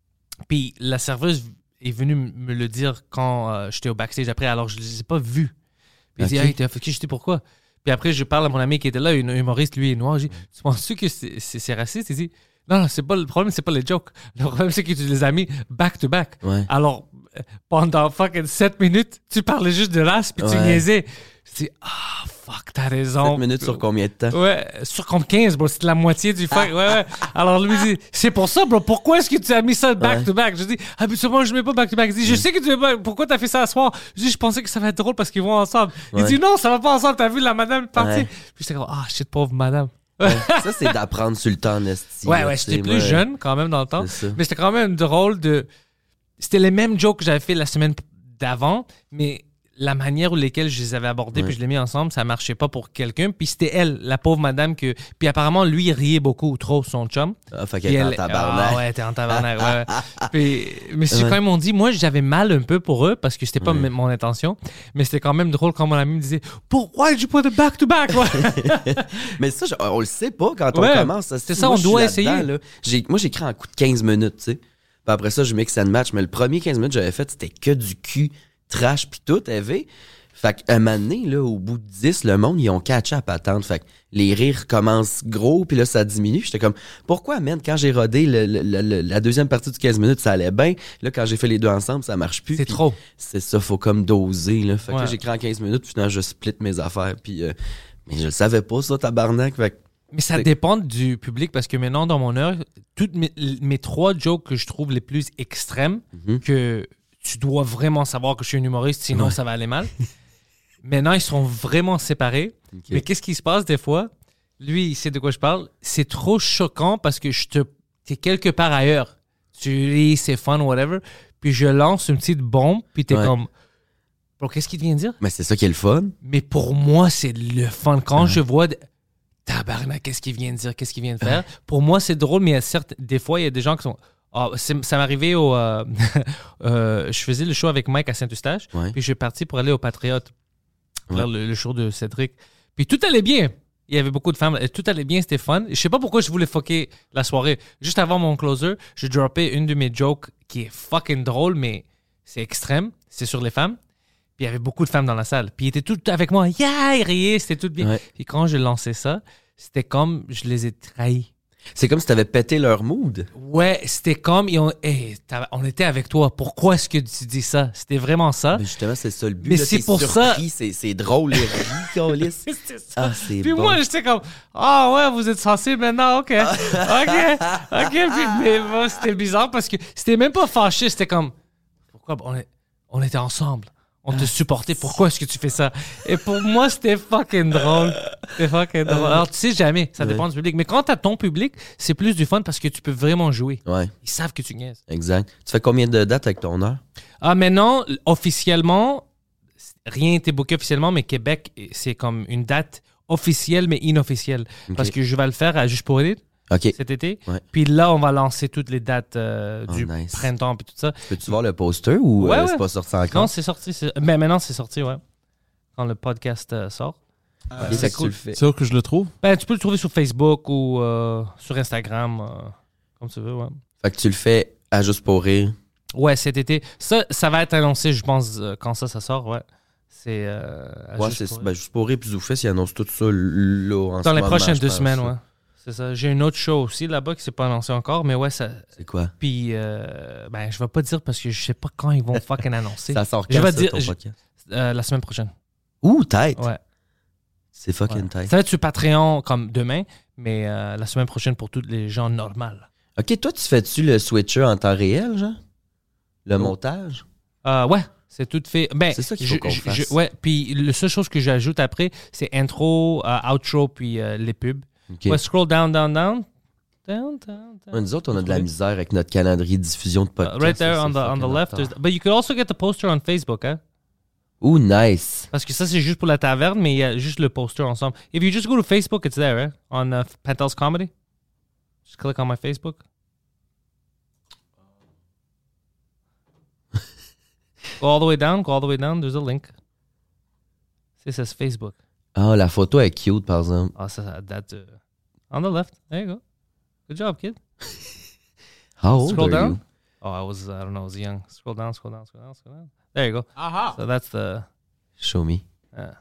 Puis la serveuse est venue m- me le dire quand euh, j'étais au backstage après, alors je ne les ai pas vus. Puis il dit, Ok. hey, t'es fucké, je dis pourquoi? Puis après, je parle à mon ami qui était là, un humoriste, lui est noir. Je dis, tu penses-tu que c'est, c'est, c'est raciste? Il dit, non, non, c'est pas le problème, c'est pas les jokes. Le problème, c'est que tu les as mis back-to-back. Ouais. Alors, euh, pendant fucking sept minutes, tu parlais juste de race, puis tu Ouais. niaisais. Je dis, ah, fuck, t'as raison. sept minutes sur combien de temps? Ouais, sur comme quinze, bro. C'était la moitié du fuck. Ouais, ouais. Alors lui dit, c'est pour ça, bro. Pourquoi est-ce que tu as mis ça back-to-back? Je dis, habituellement, je mets pas back-to-back. Il dit, je sais que tu mets pas. Pourquoi t'as fait ça à soir? Je dis, je pensais que ça va être drôle parce qu'ils vont ensemble. Il Ouais. dit, non, ça va pas ensemble. T'as vu la madame partir? Ouais. Puis j'étais comme, ah, shit, pauvre madame. Ouais. Ça, c'est d'apprendre sur le temps en esti. Ouais, là, ouais, tu sais, j'étais plus moi. jeune quand même dans le temps. C'est ça. Mais c'était quand même drôle de. C'était les mêmes jokes que j'avais fait la semaine d'avant, mais la manière où lesquelles je les avais abordés Ouais. puis je les mis ensemble, ça marchait pas pour quelqu'un. Puis c'était elle, la pauvre madame que. Puis apparemment, lui, il riait beaucoup trop, son chum. Ah, fait Puis qu'elle est en elle- tabarnak. Ah ouais, t'es en tabarnak. ouais, ouais. Puis, mais c'est Ouais. quand même, on dit, moi, j'avais mal un peu pour eux parce que c'était pas Ouais. m- mon intention. Mais c'était quand même drôle quand mon ami me disait, pourquoi tu put it back to back? Ouais. Mais ça, je- on le sait pas quand on Ouais. commence. C'est Si, ça, moi, on je suis doit là-dedans, essayer. là. J'ai- Moi, j'écris en coup de quinze minutes, tu sais. Puis après ça, je mix and match. Mais le premier quinze minutes que j'avais fait, c'était que du cul, trash, puis tout, élevé. Fait qu'à un moment donné, là, au bout de dix, le monde, ils ont catché à patente. Fait que les rires commencent gros, puis là, ça diminue. J'étais comme, pourquoi, man, quand j'ai rodé le- le- le- le- la deuxième partie du quinze minutes, ça allait bien. Là, quand j'ai fait les deux ensemble, ça marche plus. C'est Puis trop. C'est ça, faut comme doser, là. Fait que Ouais. là, j'écris en quinze minutes, puis finalement, je split mes affaires, puis... euh, mais je le savais pas, ça, tabarnak. Fait que Mais ça C'est- dépend du public parce que maintenant, dans mon heure, toutes mes, mes trois jokes que je trouve les plus extrêmes, Mhm. que tu dois vraiment savoir que je suis un humoriste, sinon Ouais. ça va aller mal. Maintenant, ils sont vraiment séparés. Ok. Mais qu'est-ce qui se passe des fois? Lui, il sait de quoi je parle. C'est trop choquant parce que je te. T'es quelque part ailleurs. Tu ris, c'est fun, whatever. Puis je lance une petite bombe, puis t'es Ouais. comme. Bro, qu'est-ce qu'il vient de dire? Mais c'est ça qui est le fun. Mais pour moi, c'est le fun. Quand je vois. de- Tabarnak, qu'est-ce qu'il vient de dire? Qu'est-ce qu'il vient de faire? Pour moi, c'est drôle, mais il y a certes, des fois, il y a des gens qui sont. Ah, c'est- ça m'est arrivé au. euh, euh, je faisais le show avec Mike à Saint-Eustache, Ouais. puis je suis parti pour aller au Patriote, Ouais. faire le, le show de Cédric. Puis tout allait bien. Il y avait beaucoup de femmes. et Tout allait bien, c'était fun. Je sais pas pourquoi je voulais fucker la soirée. Juste avant mon closer, je droppais une de mes jokes qui est fucking drôle, mais c'est extrême. C'est sur les femmes. Puis il y avait beaucoup de femmes dans la salle. Puis ils étaient toutes avec moi. Yeah, ils riaient, c'était tout bien. Ouais. Puis quand j'ai lancé ça, c'était comme je les ai trahis. C'est comme si t'avais pété leur mood. Ouais, c'était comme ils ont, hey, t'as- on était avec toi. Pourquoi est-ce que tu dis ça? C'était vraiment ça. Mais justement, c'est ça le but. Mais là, c'est t'es pour surpris, C'est, c'est drôle, les riz, câlisse. C'était ça. Ah, c'est Puis bon. moi, j'étais comme, ah ouais, vous êtes sensible maintenant, ok. Ok, ok. Puis, mais moi, c'était bizarre parce que c'était même pas fâché, c'était comme, pourquoi on, est, on était ensemble, on te supportait, pourquoi est-ce que tu fais ça? Et pour moi, c'était fucking drôle. C'était fucking drôle. Alors, tu sais jamais, ça dépend Ouais. du public. Mais quand t'as ton public, c'est plus du fun parce que tu peux vraiment jouer. Ouais, Ils savent que tu niaises. exact. Tu fais combien de dates avec ton heure? Ah, maintenant, officiellement, rien n'était booké officiellement, mais Québec, c'est comme une date officielle, mais inofficielle. Ok. Parce que je vais le faire à Juste pour rire OK. cet été. Ouais. Puis là, on va lancer toutes les dates euh, Oh, du nice. printemps et tout ça. Peux-tu voir le poster ou Ouais, euh, ouais. c'est pas sorti encore? Non, c'est sorti. c'est- Mais maintenant, c'est sorti, ouais. Quand le podcast euh, sort. Ok, c'est fait que cool. tu le fais. C'est où que je le trouve? Ben, tu peux le trouver sur Facebook ou euh, sur Instagram, euh, comme tu veux, ouais. Fait que tu le fais à juste pour rire. Ouais, cet été. Ça, ça va être annoncé, je pense, euh, quand ça, ça sort, ouais. C'est euh, à Ouais, Juste c'est pour ben, juste pour rire, puis Zoufest, ils annoncent tout ça là en ce Dans les moment, prochaines je deux pense, semaines, là. ouais. C'est ça. J'ai une autre show aussi là-bas qui s'est pas annoncé encore, mais ouais, ça. C'est quoi? Puis, euh, ben, je vais pas dire parce que je sais pas quand ils vont fucking annoncer. Ça sort Je quand, vais ça, dire- ton je- podcast? Euh, la semaine prochaine. Ouh, tête! Ouais. C'est fucking ouais. tête. Ça va être sur Patreon comme demain, mais euh, la semaine prochaine pour tous les gens normaux. OK, toi, tu fais-tu le switcher en temps réel, genre? Le montage? Euh, ouais, c'est tout fait. Ben, C'est ça qu'il je- faut qu'on je- fasse. je- ouais, puis la seule chose que j'ajoute après, c'est intro, euh, outro, puis euh, les pubs. OK. Ouais, scroll down, down, down. Down, down, down. Ouais, nous autres, on a de la misère avec notre calendrier de diffusion de Uh, podcast. right there ça, on c'est the on the fucking left. en there's- retard. But you could also get the poster on Facebook, hein? Ouh, nice! Parce que ça, c'est juste pour la taverne, mais il y a juste le poster ensemble. If you just go to Facebook, it's there, right? On uh, Pantel's Comedy. Just click on my Facebook. Go all the way down, go all the way down, there's a link. It says Facebook. Ah, la photo est cute, par exemple. Oh, ça, ça date de... On the left. There you go. Good job, kid. How old Scroll are down. you? Oh, I was, I don't know, I was young. Scroll down, scroll down, scroll down, scroll down. There you go. Aha! So that's the... Show me. Yeah.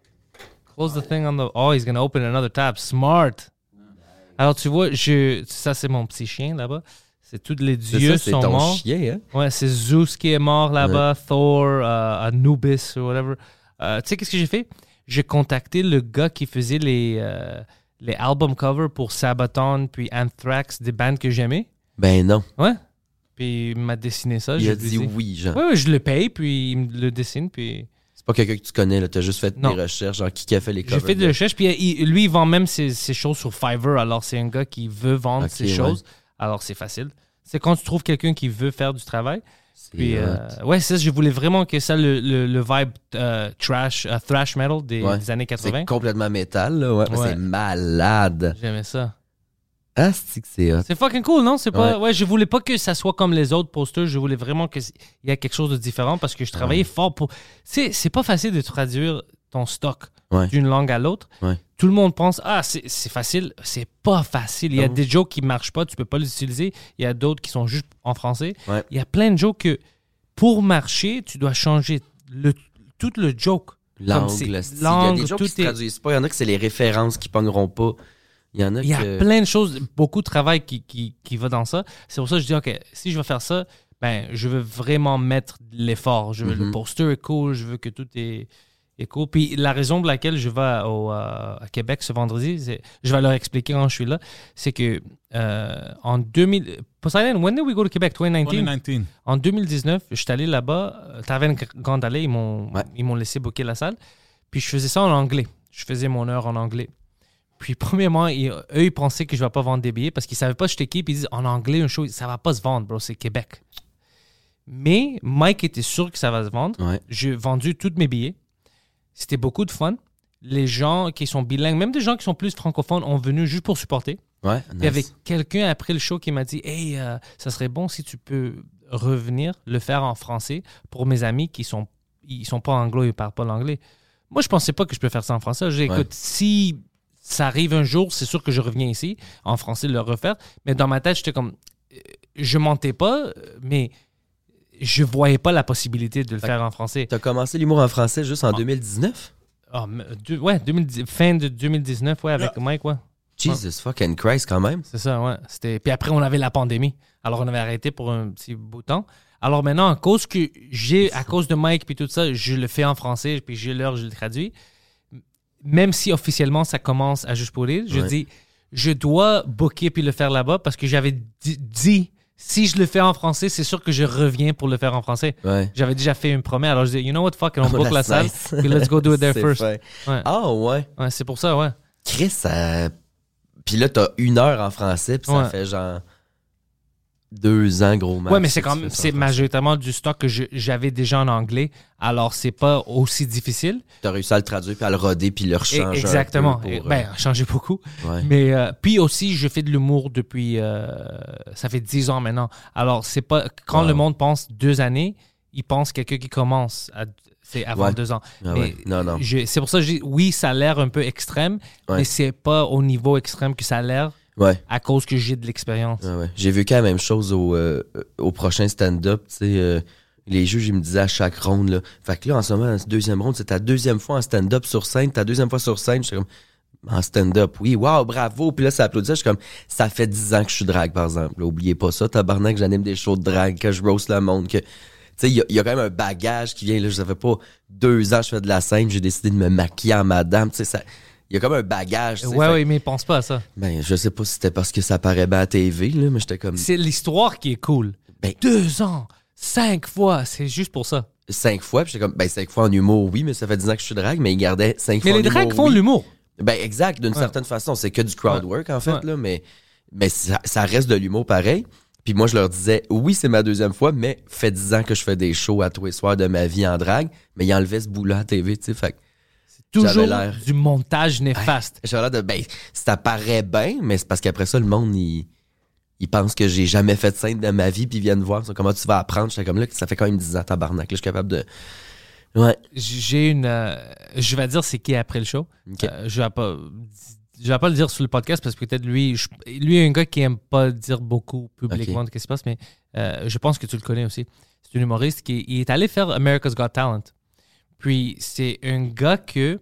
Close the thing on the... Oh, he's going to open another tab. Smart. Alors, tu vois, je... ça, c'est mon petit chien, là-bas. C'est tous les C'est dieux ça, c'est sont ton morts. chien, hein? Ouais, c'est Zeus qui est mort là-bas, Thor, euh, Anubis ou whatever. Euh, tu sais, qu'est-ce que j'ai fait? J'ai contacté le gars qui faisait les, euh, les album covers pour Sabaton puis Anthrax, des bandes que j'aimais. Ben non. Ouais. Puis il m'a dessiné ça. Il je a lui dit ai oui, genre. Ouais, ouais, je le paye, puis il me le dessine, puis... C'est pas quelqu'un que tu connais, là. T'as juste fait Non. des recherches, genre qui a fait les J'ai covers. fait des de- recherches, puis il- lui, il vend même ses, ses choses sur Fiverr. Alors, c'est un gars qui veut vendre Ok, ses ouais. choses. Alors, c'est facile. C'est quand tu trouves quelqu'un qui veut faire du travail. C'est Puis, hot. euh, ouais, ça, je voulais vraiment que ça, le, le, le vibe euh, trash, euh, thrash metal des, Ouais. des années quatre-vingts. C'est complètement métal, là. Ouais. Ouais. C'est malade. J'aimais ça. Ah, c'est que c'est hot. C'est fucking cool, non? C'est pas... Ouais. ouais. je voulais pas que ça soit comme les autres posters. Je voulais vraiment qu'il y ait quelque chose de différent parce que je travaillais fort pour... C'est, c'est pas facile de traduire ton stock Ouais. d'une langue à l'autre. Ouais. Tout le monde pense, ah, c'est, c'est facile. C'est pas facile. Il y a Non. des jokes qui marchent pas, tu peux pas les utiliser. Il y a d'autres qui sont juste en français. Ouais. Il y a plein de jokes que, pour marcher, tu dois changer le, tout le joke. Comme c'est L'angle, c'est- il y a langue, des gens tout qui se est- traduisent pas. Il y en a que c'est les références qui pogneront pas. Il y en a Il y a que... plein de choses, beaucoup de travail qui, qui, qui va dans ça. C'est pour ça que je dis, OK, si je veux faire ça, ben, je veux vraiment mettre de l'effort. Je veux Mhm. le poster est cool, je veux que tout est, est cool. Puis la raison pour laquelle je vais au, euh, à Québec ce vendredi, c'est, je vais leur expliquer quand je suis là, c'est que euh, en deux mille... Poseidon, when did we go to Québec? twenty nineteen? twenty nineteen. En deux mille dix-neuf, je suis allé là-bas, euh, Taverne Grand Allée, ils m'ont, Ouais. ils m'ont laissé booker la salle. Puis je faisais ça en anglais. Je faisais mon heure en anglais. Puis premièrement, ils- eux, ils pensaient que je ne vais pas vendre des billets parce qu'ils ne savaient pas j'étais qui. Puis ils disent, en anglais, une chose, ça ne va pas se vendre, bro, c'est Québec. Mais Mike était sûr que ça va se vendre. Ouais. J'ai vendu tous mes billets. C'était beaucoup de fun. Les gens qui sont bilingues, même des gens qui sont plus francophones, ont venu juste pour supporter. Ouais, Il y avait nice. quelqu'un après le show qui m'a dit, hey, euh, ça serait bon si tu peux revenir le faire en français pour mes amis qui sont ils sont pas anglo, ils parlent pas l'anglais. Moi, je pensais pas que je peux faire ça en français. J'ai dit, Ouais. écoute, si ça arrive un jour, c'est sûr que je reviens ici en français le refaire. Mais dans ma tête, j'étais comme, euh, je mentais pas, mais je voyais pas la possibilité de le Fait faire en français. T'as commencé l'humour en français juste en Ah. deux mille dix-neuf? Ah, mais, deux- ouais, deux mille dix fin de deux mille dix-neuf, ouais, avec Mike, ouais. Jesus fucking Christ, quand même. C'est ça, ouais. C'était... Puis après, on avait la pandémie. Alors, on avait arrêté pour un petit bout de temps. Alors maintenant, à cause que j'ai, à cause de Mike puis tout ça, je le fais en français, puis j'ai l'heure, je le traduis. Même si officiellement, ça commence à Juste pour rire, je Ouais. dis, je dois booker puis le faire là-bas parce que j'avais di- dit, si je le fais en français, c'est sûr que je reviens pour le faire en français. Ouais. J'avais déjà fait une promesse. Alors, je dis, you know what, fuck, it, on book la That's salle, nice. puis let's go do it there C'est first. fin. Ouais. Ah ouais. Ouais, c'est pour ça, ouais. Chris, ça... Puis là, t'as une heure en français, puis ça Ouais. fait genre deux ans, gros max. Ouais, mais c'est que quand tu même, fais ça c'est en français. majoritairement du stock que je- j'avais déjà en anglais. Alors, c'est pas aussi difficile. T'as réussi à le traduire, puis à le roder, puis le rechanger. Exactement. Un peu pour, euh, Ben, changer beaucoup. ouais. Mais euh, puis aussi, je fais de l'humour depuis, euh, ça fait dix ans maintenant. Alors, c'est pas quand Wow. le monde pense deux années, il pense quelqu'un qui commence à, c'est avant Ouais. deux ans. Ah Mais ouais. Non, non. je- c'est pour ça que je dis, oui, ça a l'air un peu extrême, Ouais. mais c'est pas au niveau extrême que ça a l'air Ouais. à cause que j'ai de l'expérience. Ouais, ouais. J'ai vécu la même chose au, euh, au prochain stand-up. Tu sais, euh, Les juges, ils me disaient à chaque ronde, là. Fait que là, en ce moment, la deuxième ronde, c'est ta deuxième fois en stand-up sur scène, ta deuxième fois sur scène. J'étais comme, en stand-up, oui, wow, bravo. Puis là, ça applaudissait. Je suis comme, ça fait dix ans que je suis drague, par exemple. Là, oubliez pas ça, tabarnak, j'anime des shows de drague, que je roast le monde, que... Tu sais, il y, y a quand même un bagage qui vient, là. Ça fait pas deux ans que je fais de la scène, j'ai décidé de me maquiller en madame, tu sais, ça... Il y a comme un bagage. Ouais, fait... oui, mais pense pas à ça. Ben, je sais pas si c'était parce que ça paraît bien à T V, là, mais j'étais comme... C'est l'histoire qui est cool. Ben, Deux ans, cinq fois, c'est juste pour ça. Cinq fois, puis j'étais comme, ben, cinq fois en humour, oui, mais ça fait dix ans que je suis drague, mais ils gardaient cinq Mais fois en les humour, drags font oui. l'humour. Ben, exact, d'une Ouais. certaine façon. C'est que du crowd Ouais. work, en fait, Ouais. là, mais, mais ça, ça reste de l'humour pareil. Puis moi, je leur disais, oui, c'est ma deuxième fois, mais fait dix ans que je fais des shows à tous les soirs de ma vie en drague, mais ils enlevaient ce bout-là à T V, tu sais, fait que Toujours j'avais l'air- du montage néfaste. j'avais l'air de, ben, ça paraît bien, mais c'est parce qu'après ça, le monde, il, il pense que j'ai jamais fait de scène de ma vie, puis ils viennent voir, ça, comment tu vas apprendre. J'étais comme là, ça fait quand même dix ans, tabarnak, là, je suis capable de... Ouais. J'ai une... euh, je vais dire c'est qui après le show. Ok. Euh, je vais pas... Je vais pas le dire sur le podcast parce que peut-être lui, je- lui est un gars qui aime pas dire beaucoup publiquement Ok. de ce qui se passe, mais euh, je pense que tu le connais aussi. C'est un humoriste qui il est allé faire America's Got Talent. Puis c'est un gars que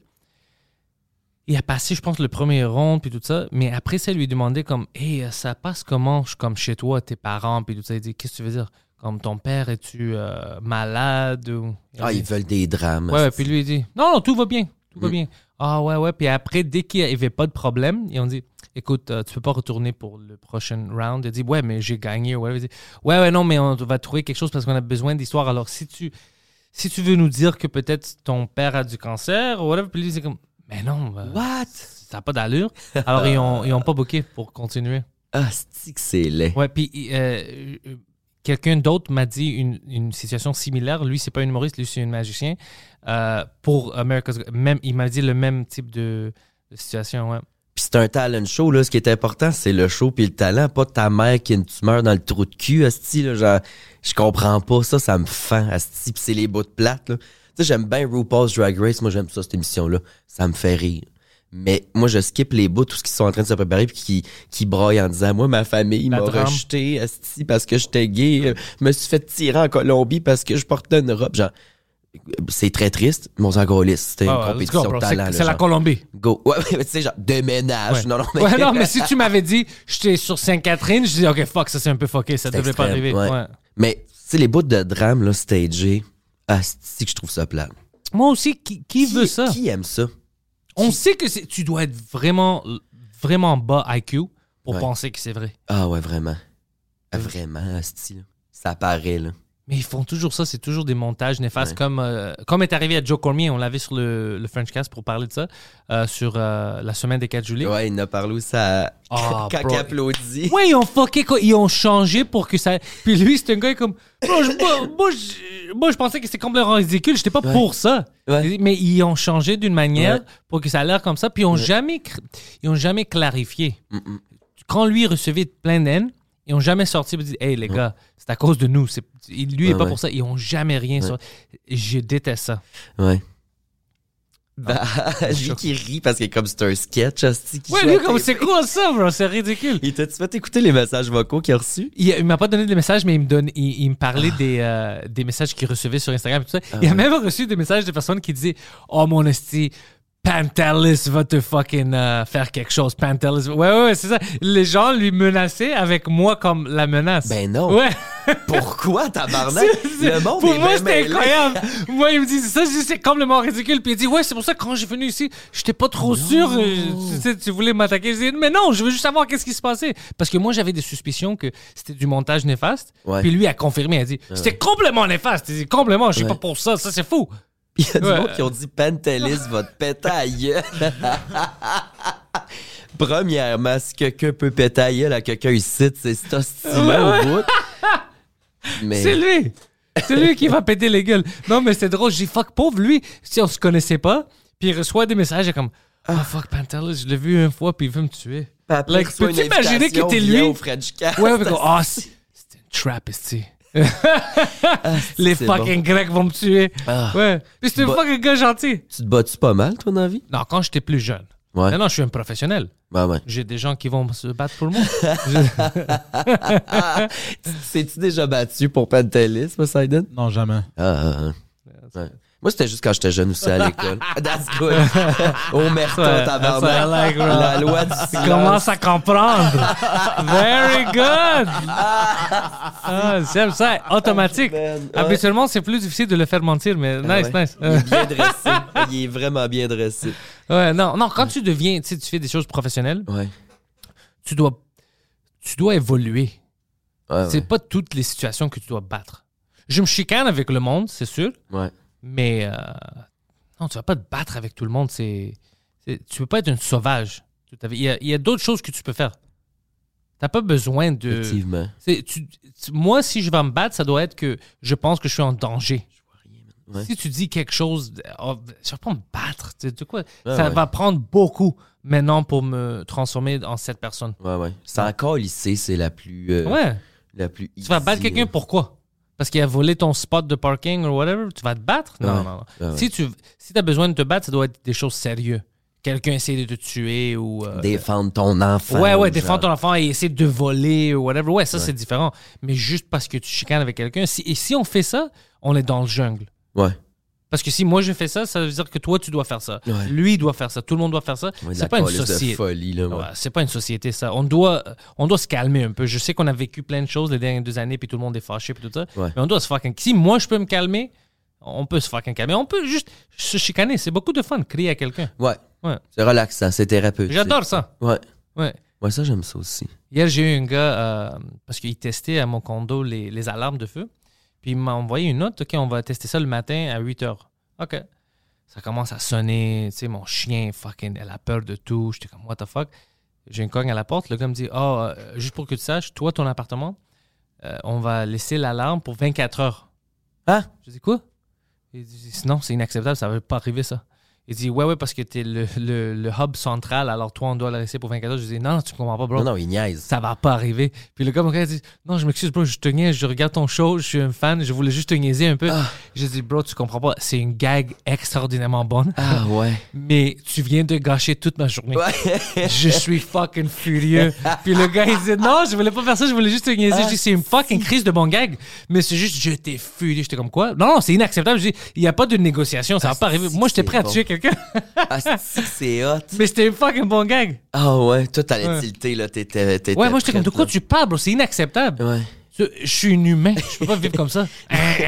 il a passé, je pense, le premier round puis tout ça, mais après ça, il lui demandait comme, hey, ça passe comment, je- comme chez toi, tes parents puis tout ça. Il dit, qu'est-ce que tu veux dire, comme ton père, es-tu euh, malade ou Ah, ils veulent des drames. Ouais, ouais, puis lui, il dit non, non, tout va bien. Tout va Mm. bien. Ah, ouais, ouais. Puis après, dès qu'il n'y avait pas de problème, ils ont dit écoute, euh, tu peux pas retourner pour le prochain round. Il a dit ouais, mais j'ai gagné. Ouais, il dit, ouais, ouais, non, mais on va trouver quelque chose parce qu'on a besoin d'histoire. Alors, si tu, si tu veux nous dire que peut-être ton père a du cancer ou whatever, puis lui, c'est comme mais non, euh, What? ça n'a pas d'allure. Alors, ils ont, ils ont pas booké pour continuer. Ah, c'est que c'est laid. Ouais, puis euh, euh, quelqu'un d'autre m'a dit une, une situation similaire. Lui, c'est pas un humoriste, lui, c'est un magicien. Euh, pour America's même, il m'a dit le même type de, de situation, ouais. Puis c'est un talent show, là. Ce qui est important, c'est le show puis le talent, pas ta mère qui a une tumeur dans le trou de cul, asti, là. Genre, je comprends pas ça, ça me fend, asti. Puis c'est les bouts de plate, là. Tu sais, j'aime bien RuPaul's Drag Race. Moi, j'aime ça, cette émission-là. Ça me fait rire. Mais moi, je skip les bouts, tout ce qui sont en train de se préparer puis qui, qui braillent en disant, moi, ma famille La m'a drame. rejeté, asti, parce que j'étais gay. Je me suis fait tirer en Colombie parce que je portais une robe. Genre, c'est très triste, mais on s'en calisse. C'était Ouais, une ouais, let's compétition go, bro. de talent, C'est là, c'est la genre. Colombie. Go. Ouais, mais tu sais, genre, déménage. Ouais. Non, non, mais... Ouais, non, mais si tu m'avais dit j'étais sur Sainte-Catherine, je dis ok, fuck, ça c'est un peu fucké, ça C'est devait pas extrême, arriver. ouais. Ouais. Mais, tu sais, les bouts de drame, là, stagés, asti que je trouve ça plat. Moi aussi, qui, qui veut ça? Qui aime ça? On sait que c'est- tu dois être vraiment, vraiment bas I Q pour Ouais. penser que c'est vrai. Ah ouais, vraiment. Ah, vraiment, asti, là. Ça paraît, là. Mais ils font toujours ça, c'est toujours des montages néfastes. Ouais. Comme, euh, comme est arrivé à Joe Cormier, on l'avait sur le, le Frenchcast pour parler de ça, euh, sur euh, la semaine des quatre juillet. Ouais, il en a parlé aussi à... Ah, quand bro. il applaudit. Ouais, ils ont fucké, quoi. Ils ont changé pour que ça. Puis lui, c'est un gars comme. Bro, je- moi, moi, je, moi, je pensais que c'était complètement ridicule. J'étais pas Ouais. pour ça. Ouais. Mais ils ont changé d'une manière Ouais. pour que ça a l'air comme ça. Puis ils ont Ouais. jamais, cr- ils ont jamais clarifié. Mm-mm. Quand lui recevait plein d'haine, ils ont jamais sorti et dit hey les gars, c'est à cause de nous. C'est, il- lui Ouais, est pas ouais. pour ça. Ils ont jamais rien Ouais. sorti. Je déteste ça. Ouais. Bah, Ah, lui qui rit parce que comme c'est un sketch, asti, qui Ouais, joue lui, à comme T V. c'est quoi ça, bro? C'est ridicule. Il t'a-tu fait écouter les messages vocaux qu'il a reçus? Il, il m'a pas donné des messages, mais il me, donne, il, il me parlait des, euh, des messages qu'il recevait sur Instagram et tout ça. Ah il a ouais. même reçu des messages de personnes qui disaient oh mon esti, Pantelis va te fucking euh, faire quelque chose. Pantelis. Ouais, ouais, ouais, c'est ça. Les gens lui menaçaient avec moi comme la menace. Ben non. Ouais. Pourquoi, tabarnak? C'est- c'est- Le monde Pour est moi, bien c'était mêlé. incroyable. Moi, il me dit ça, je dis, c'est complètement ridicule. Puis il dit ouais, c'est pour ça que quand j'ai venu ici, j'étais pas trop sûr. euh, Tu sais, tu voulais m'attaquer. Je dis mais non, je veux juste savoir qu'est-ce qui se passait. Parce que moi, j'avais des suspicions que c'était du montage néfaste. Ouais. Puis lui a confirmé, il a dit c'était complètement néfaste. Il dit complètement, je suis Ouais. pas pour ça, ça c'est fou. Il y a du Ouais. monde qui ont dit Pantelis va te péter à la gueule. Premièrement, si quelqu'un peut péter à la gueule à quelqu'un ici, c'est cet hostie-là au bout. Mais... C'est lui. C'est lui qui va péter les gueules. Non, mais c'est drôle. J'ai dit, fuck, pauvre lui. Si on se connaissait pas, puis il reçoit des messages, il est comme, ah, fuck, Pantelis, je l'ai vu une fois, puis il veut me tuer. Puis après, Like, il reçoit peux-tu une imaginer invitation, que t'es viens lui? au French Cast. Ouais, ouais, ah, c'est c'est une trap, ici. Les c'est fucking Grecs vont me tuer. Ah. Ouais. Puis c'est un Bah- fucking gars gentil. Tu te bats-tu pas mal, toi, dans la vie? Non, quand j'étais plus jeune. Ouais. Maintenant, je suis un professionnel. Ouais, ouais. J'ai des gens qui vont se battre pour moi. T'es-tu déjà battu pour pas de tennis, Poseidon? Non, jamais. Ah, ah, ah. Ouais. Moi, c'était juste quand j'étais jeune aussi à l'école. That's good. Au merton, Ouais, tabarnak. that's what I like, bro. La loi du Tu silence. commences à comprendre. Very good. Ah, j'aime ça. Automatique. Man, ouais. Habituellement, c'est plus difficile de le faire mentir, mais Ah nice, ouais. nice. Il est bien dressé. Il est vraiment bien dressé. Ouais, non, non, quand tu deviens, tu sais, tu fais des choses professionnelles, Ouais. tu dois, tu dois évoluer. Ouais, C'est ouais. pas toutes les situations que tu dois battre. Je me chicane avec le monde, c'est sûr, Ouais. mais euh, non, tu vas pas te battre avec tout le monde. C'est, c'est- tu peux pas être un sauvage. toute ta vie. Il y a, il y a d'autres choses que tu peux faire. T'as pas besoin de. Effectivement. c'est- tu- tu- moi, si je vais me battre, ça doit être que je pense que je suis en danger. Ouais. Si tu dis quelque chose, oh, je vais pas me battre. Tu sais, de quoi? Ouais, ça ouais. va prendre beaucoup maintenant pour me transformer en cette personne. Ouais, ouais. C'est encore lycée, c'est la plus. euh, Ouais. La plus. Tu vas battre easy, quelqu'un, là. pourquoi? Parce qu'il a volé ton spot de parking ou whatever, tu vas te battre? Non, Ouais. non, non. Ouais, ouais. Si tu si as besoin de te battre, ça doit être des choses sérieuses. Quelqu'un essaie de te tuer ou... euh, Défendre ton enfant. ouais, ouais, genre. défendre ton enfant et essayer de voler ou whatever. Ouais, ça, Ouais. c'est différent. Mais juste parce que tu chicanes avec quelqu'un, si, et si on fait ça, on est dans le jungle. Ouais. Parce que si moi je fais ça, ça veut dire que toi tu dois faire ça. Ouais. Lui doit faire ça. Tout le monde doit faire ça. Ouais, de c'est la pas une police de société. folie, là. Ouais. Ouais, c'est pas une société, ça. On doit, on doit se calmer un peu. Je sais qu'on a vécu plein de choses les dernières deux années, puis tout le monde est fâché, puis tout ça. Ouais. Mais on doit se fucking. Si moi je peux me calmer, on peut se fucking calmer. On peut juste se chicaner. C'est beaucoup de fun, crier à quelqu'un. Ouais. Ouais. C'est relaxant, c'est thérapeutique. J'adore ça. Ouais. Ouais. Ouais, ça, j'aime ça aussi. Hier, j'ai eu un gars, euh, parce qu'il testait à mon condo les, les alarmes de feu. Puis il m'a envoyé une note. OK, on va tester ça le matin à huit heures. OK. Ça commence à sonner. Tu sais, mon chien, fucking, elle a peur de tout. J'étais comme, what the fuck? J'ai une cogne à la porte. Le gars me dit, oh, euh, juste pour que tu saches, toi, ton appartement, euh, on va laisser l'alarme pour vingt-quatre heures. Hein? Je dis, quoi? Il dit, non, c'est inacceptable, ça ne va pas arriver, ça. Il dit, ouais, ouais, parce que t'es le, le, le hub central, alors toi, on doit le laisser pour vingt-quatre heures. Je dis, non, non, tu ne comprends pas, bro. Non, non, il niaise. Ça va pas arriver. Puis le gars, mon gars, il dit, non, je m'excuse, bro, je te niaise, je regarde ton show, je suis un fan, je voulais juste te niaiser un peu. Ah. Je dis, bro, tu comprends pas, c'est une gag extraordinairement bonne, Ah, ouais. mais tu viens de gâcher toute ma journée. Ouais. Je suis fucking furieux. Puis le gars, il dit, non, je voulais pas faire ça, je voulais juste te niaiser. Je dis, c'est une fucking crise de bon gag, mais c'est juste, je t'ai furieux. J'étais comme quoi? Non, non, c'est inacceptable. Je dis, il y a pas de négociation, ça va Ah, pas arriver. si, Moi, j'étais c'est prêt à bon. tuer quelqu'un, Ah, c'est que c'est hot. mais c'était un fucking bon gag. Ah, ouais. Toi, t'allais Ouais. tilter, là. T'étais. t'étais Ouais, moi, j'étais comme, de prête, quoi là. tu parles, bro? C'est inacceptable. Ouais. Je je suis un humain. Je peux pas vivre comme ça.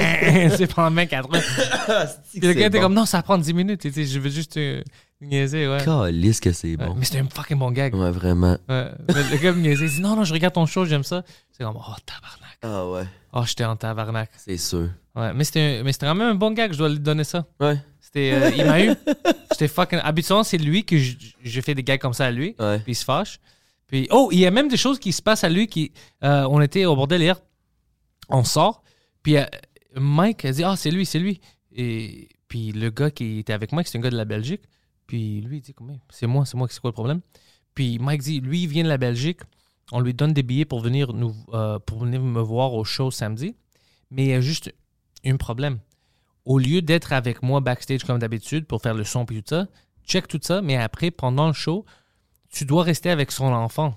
C'est pendant vingt-quatre heures. C'est Puis le gars était bon. comme, non, ça va prendre dix minutes. Tu sais, je veux juste te niaiser, ouais. Calisse que c'est Ouais, bon. mais c'était un fucking bon gag. Ouais, vraiment. Ouais. Mais le gars me niaisait. Il dit, non, non, je regarde ton show, j'aime ça. C'est comme, oh, tabarnak. Ah, ouais. Oh, j'étais en tabarnak. C'est sûr. Ouais, mais c'était un- mais c'était quand même un bon gag, je dois lui donner ça. Ouais. C'était, euh, il m'a eu. J'étais fucking. Habituellement, c'est lui que je, je fais des gags comme ça à lui. Ouais. Puis il se fâche. Puis, oh, il y a même des choses qui se passent à lui. Qui, euh, on était au bordel hier. On sort. Puis euh, Mike a dit, ah, c'est lui, c'est lui. Et puis le gars qui était avec Mike, c'est un gars de la Belgique. Puis lui, il dit, comment? C'est moi, c'est moi, c'est quoi le problème? Puis Mike dit, lui, il vient de la Belgique. On lui donne des billets pour venir, nous, euh, pour venir me voir au show samedi. Mais il y a juste un problème. Au lieu d'être avec moi backstage comme d'habitude pour faire le son puis tout ça, check tout ça, mais après, pendant le show, tu dois rester avec son enfant.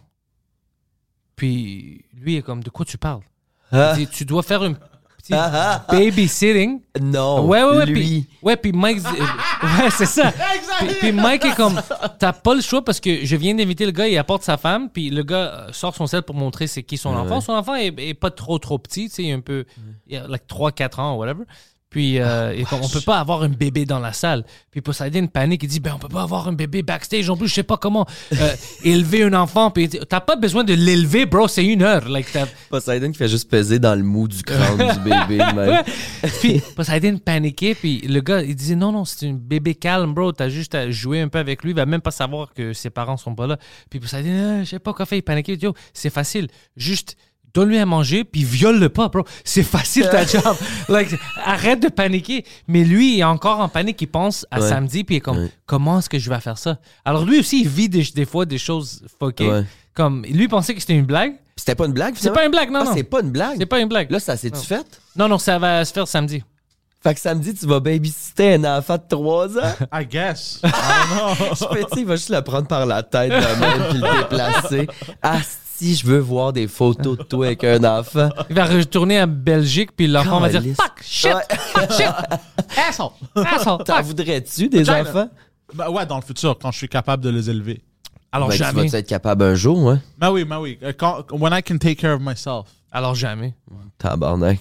Puis lui, il est comme, de quoi tu parles? Ah. Il dit, tu dois faire un petit Ah, ah. babysitting. Non. Ouais, ouais, ouais. Lui. Puis, ouais, puis Mike dit- ouais, c'est ça. Puis, puis Mike est comme, t'as pas le choix parce que je viens d'inviter le gars, il apporte sa femme, puis le gars euh, sort son sel pour montrer c'est qui son Ouais, enfant. ouais. Son enfant est, est pas trop, trop petit, tu sais, il est un peu, il a like trois quatre ans ou whatever. Puis, euh, et comme, on peut pas avoir un bébé dans la salle. Puis Poseidon panique, il dit, ben, on peut pas avoir un bébé backstage. En plus, je sais pas comment euh, élever un enfant. Puis, t'as pas besoin de l'élever, bro, c'est une heure. Like, t'as- Poseidon qui fait juste peser dans le mou du crâne du bébé. de même. Ouais. Puis Poseidon paniquait, puis le gars, il disait non, non, c'est un bébé calme, bro, t'as juste à jouer un peu avec lui, il va même pas savoir que ses parents sont pas là. Puis Poseidon, ah, je sais pas quoi faire, il paniquait, il dit, yo, c'est facile, juste donne-lui à manger, puis viole-le pas, bro. C'est facile ta job. Like, arrête de paniquer. Mais lui, il est encore en panique, il pense à Ouais. samedi, puis il est comme, Ouais. comment est-ce que je vais faire ça? Alors lui aussi, il vit des, des fois des choses fuckées. Ouais. Comme, lui, il pensait que c'était une blague. C'était pas une blague, C'est finalement? pas une blague, non, Ah, non. c'est pas une blague. C'est pas une blague. Là, ça s'est-tu Non. fait? Non, non, ça va se faire samedi. Fait que samedi, tu vas babysitter un enfant de trois ans. I guess. I don't know. Je fais, tu sais, il va juste le prendre par la tête de même puis le déplacer. Asti, je veux voir des photos de toi avec un enfant. Il va retourner en Belgique, puis l'enfant va dire Calisse. fuck, shit, Ouais. shit, asshole, asshole, T'en fuck. voudrais-tu des Vagina. enfants? Ben ouais, dans le futur, quand je suis capable de les élever. Alors Ben, tu jamais. vas être capable un jour, hein? Ben oui, ben oui. Euh, Quand, when I can take care of myself. Alors jamais. Tabarnak.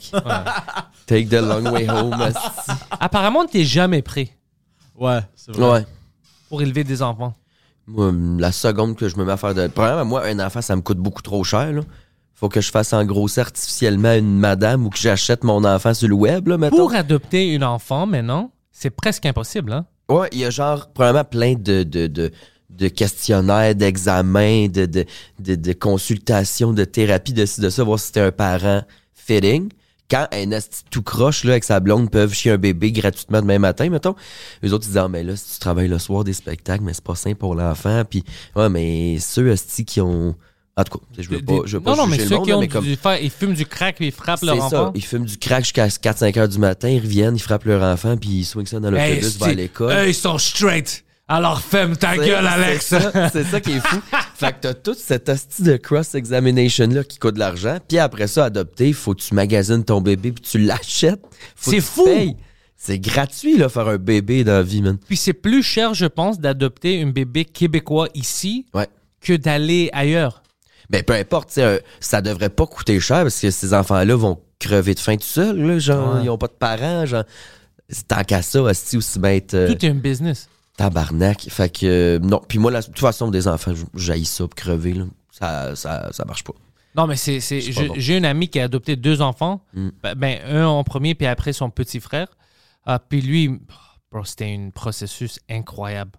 Take the long way home, asti. Apparemment, t'es jamais prêt Ouais, c'est vrai. Ouais. pour élever des enfants. Moi, la seconde que je me mets à faire de... Premièrement, moi, un enfant, ça me coûte beaucoup trop cher, là. Faut que je fasse engrosser artificiellement une madame ou que j'achète mon enfant sur le web, là, mettons. Pour adopter un enfant, maintenant, c'est presque impossible, hein? Ouais, il y a genre, probablement plein de... de, de de questionnaires, d'examens, de, de, de, de consultations, de thérapie, de ci, de ça, voir si t'es un parent fitting. Quand un asti tout croche, là, avec sa blonde, peuvent chier un bébé gratuitement demain matin, mettons, eux autres, ils disent, ah, mais là, si tu travailles le soir des spectacles, mais c'est pas sain pour l'enfant, puis ouais, mais ceux, asti, qui ont... En tout cas, je veux pas, je veux pas non, non, mais juger ceux le monde, qui là, ont mais comme... du faire, ils fument du crack puis ils frappent leur C'est ça, enfant. ils fument du crack jusqu'à quatre cinq heures du matin, ils reviennent, ils frappent leur enfant, puis ils swingent ça dans l'autobus Hey, vers c'est- l'école. Eux, ils sont straight. Alors ferme ta C'est- gueule, Alex. C'est ça, c'est ça qui est fou. Fait que t'as toute cette hostie de cross-examination-là qui coûte de l'argent. Puis après ça, adopter, faut que tu magasines ton bébé puis tu l'achètes. Faut C'est que tu fou! payes. C'est gratuit, là, faire un bébé dans la vie, man. Puis c'est plus cher, je pense, d'adopter un bébé québécois ici Ouais. que d'aller ailleurs. Ben, peu importe, tu sais, euh, ça devrait pas coûter cher parce que ces enfants-là vont crever de faim tout seuls, là. Genre, Ouais. ils ont pas de parents, genre. C'est tant qu'à ça, hostie, aussi bien être... euh, Tout est un business. Tabarnak. Fait que, euh, non. Puis moi, la, de toute façon, des enfants, j'haïs ça pour crever, là. Ça, ça, ça marche pas. Non, mais c'est, c'est, C'est pas j'ai, bon. j'ai une amie qui a adopté deux enfants. Mm. Ben, ben, un en premier, puis après son petit frère. Ah, puis lui, bro, c'était un processus incroyable.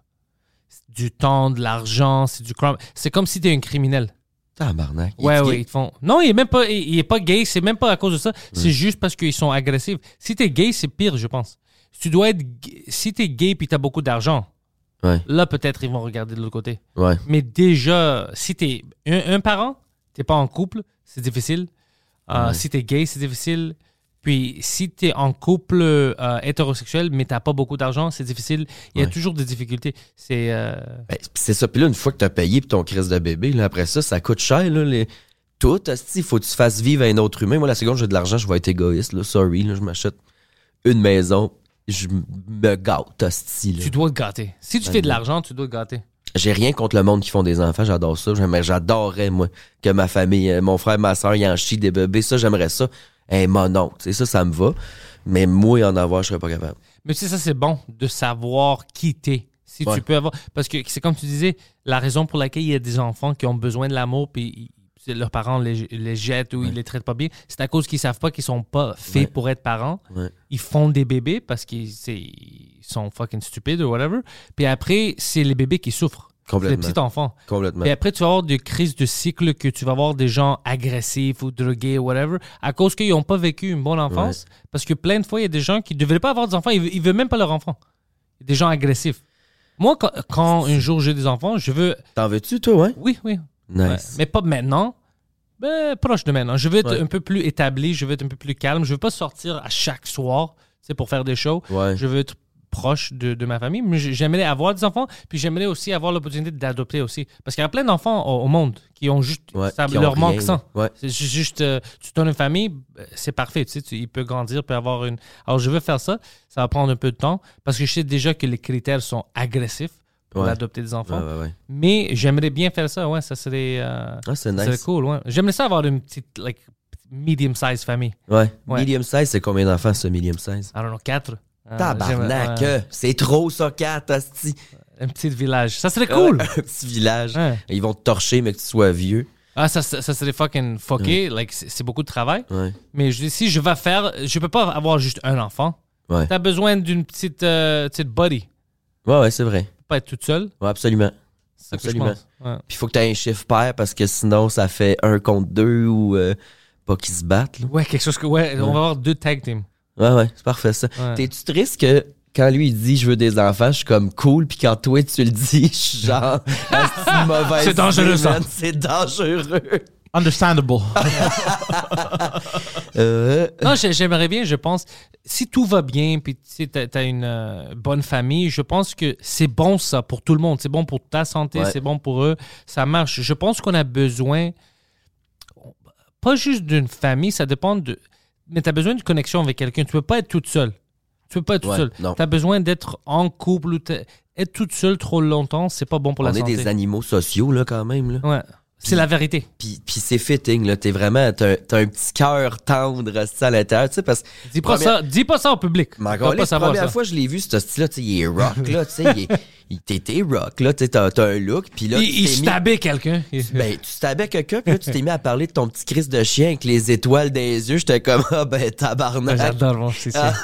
Du temps, de l'argent, c'est du crime. C'est comme si t'es un criminel. Tabarnak. Ouais, Il- ouais, ils te font. Non, il est même pas, il, il est pas gay, c'est même pas à cause de ça. C'est juste parce qu'ils sont agressifs. Si t'es gay, c'est pire, je pense. Si tu dois être, gay- si t'es gay puis t'as beaucoup d'argent, Ouais. là peut-être ils vont regarder de l'autre côté. Ouais. Mais déjà, si t'es un, un parent, t'es pas en couple, c'est difficile. Euh, Ouais. Si t'es gay, c'est difficile. Puis si t'es en couple euh, hétérosexuel, mais t'as pas beaucoup d'argent, c'est difficile. Il y a Ouais. toujours des difficultés. C'est euh, Ben, pis c'est ça. Puis là, une fois que t'as payé pour ton crise de bébé, là, après ça, ça coûte cher, là, les... Tout, il faut que tu fasses vivre un autre humain. Moi, la seconde, j'ai de l'argent, je vais être égoïste, là. Sorry, là, je m'achète une maison, je me gâte, hostie, là. tu dois te gâter. Si tu Ben fais de oui. l'argent, tu dois te gâter. J'ai rien contre le monde qui font des enfants, j'adore ça. J'aimerais- J'adorerais, moi, que ma famille, euh, mon frère, ma soeur, ils en chient des bébés. Ça, j'aimerais ça. Un monon, tu sais, ça, ça me va. Mais moi, en avoir, je serais pas capable. Mais tu sais, ça, c'est bon de savoir qui t'es. Si Ouais. tu peux avoir. Parce que c'est comme tu disais, la raison pour laquelle il y a des enfants qui ont besoin de l'amour, puis ils- leurs parents les, les jettent ou ils les traitent pas bien, c'est à cause qu'ils savent pas qu'ils sont pas faits Ouais. pour être parents. Ouais. Ils font des bébés parce qu'ils c'est- ils sont fucking stupides ou whatever. Puis après, c'est les bébés qui souffrent. C'est les Complètement. petits enfants. Complètement. Et après, tu vas avoir des crises de cycle que tu vas avoir des gens agressifs ou drogués ou whatever à cause qu'ils n'ont pas vécu une bonne enfance. Parce que plein de fois, il y a des gens qui ne devraient pas avoir des enfants. Ils ne veulent même pas leur enfant. Il y a des gens agressifs. Moi, quand, quand un jour j'ai des enfants, je veux... T'en veux-tu, toi, ouais? Oui, oui. Nice. Ouais. Mais pas maintenant. Ben, proche de maintenant. Je veux être Ouais. un peu plus établi. Je veux être un peu plus calme. Je veux pas sortir à chaque soir, tu sais, pour faire des shows. Ouais. Je veux être proche de, de ma famille, mais j'aimerais avoir des enfants, puis j'aimerais aussi avoir l'opportunité d'adopter aussi. Parce qu'il y a plein d'enfants au, au monde qui ont juste... Ouais, ça qui ont leur rien, manque ça. ouais. C'est ju- juste... euh, tu donnes une famille, euh, c'est parfait. Tu sais, tu- il peut grandir, peut avoir une... Alors, je veux faire ça. Ça va prendre un peu de temps, parce que je sais déjà que les critères sont agressifs pour Ouais. adopter des enfants. Ouais, ouais, ouais. Mais j'aimerais bien faire ça, ouais. Ça serait... euh, Ah, c'est ça serait nice. cool, ouais. J'aimerais ça avoir une petite, like, medium-sized famille. Ouais. Ouais. Medium size, c'est combien d'enfants, ça, medium size? I don't know, quatre. Euh, Tabarnak, j'aimerais- ouais. euh, c'est trop ça, quatre, hostie. Un petit village. Ça serait cool. Un petit village. Ouais. Ils vont te torcher, mais que tu sois vieux. Ah, ça, ça, ça serait fucking fucké. Like, c'est c'est beaucoup de travail. Ouais. Mais je dis, si je vais faire, je peux pas avoir juste un enfant. Ouais. T'as besoin d'une petite, euh, petite buddy. Ouais, ouais, c'est vrai. Tu peux pas être toute seule. Ouais, absolument. C'est ça que je Absolument. pense. Ouais. Puis il faut que tu aies un chiffre pair parce que sinon, ça fait un contre deux ou euh, pas qu'ils se battent. Là. Ouais, quelque chose que. Ouais, on va avoir deux tag teams. Ouais, ouais, c'est parfait ça. Ouais. T'es-tu triste que quand lui il dit je veux des enfants, je suis comme cool, puis quand toi tu le dis, je suis genre, ah, c'est une mauvaise C'est dangereux, idée, ça. man, c'est dangereux. Understandable. Euh, Non, j'ai- j'aimerais bien, je pense, si tout va bien, puis tu as une euh, bonne famille, je pense que c'est bon ça pour tout le monde. C'est bon pour ta santé, Ouais. c'est bon pour eux. Ça marche. Je pense qu'on a besoin, pas juste d'une famille, ça dépend de... Mais tu as besoin d'une connexion avec quelqu'un. Tu peux pas être toute seule. Tu peux pas être toute Ouais, seule. non. Tu as besoin d'être en couple ou t'es- être toute seule trop longtemps, c'est pas bon pour on la est santé. des animaux sociaux, là, quand même. Là. Ouais. C'est la vérité. Puis, puis c'est fitting, là. T'es vraiment, t'as, t'as un petit cœur tendre à l'intérieur, tu sais, parce que. Dis pas, Première- ça, dis pas ça au public. Mais Tu encore vas là, pas savoir première ça. fois que je l'ai vu, ce style-là, tu sais, il est rock, là, tu sais, il est, il, t'es, t'es rock, là, tu sais, t'as, t'as un look, puis là, Il, tu il t'es mis- stabait quelqu'un. Ben, tu stabais quelqu'un, puis là, tu t'es mis à parler de ton petit crise de chien avec les étoiles dans les yeux. J'étais comme, ah, ben, tabarnak. J'adore mon c'est ça.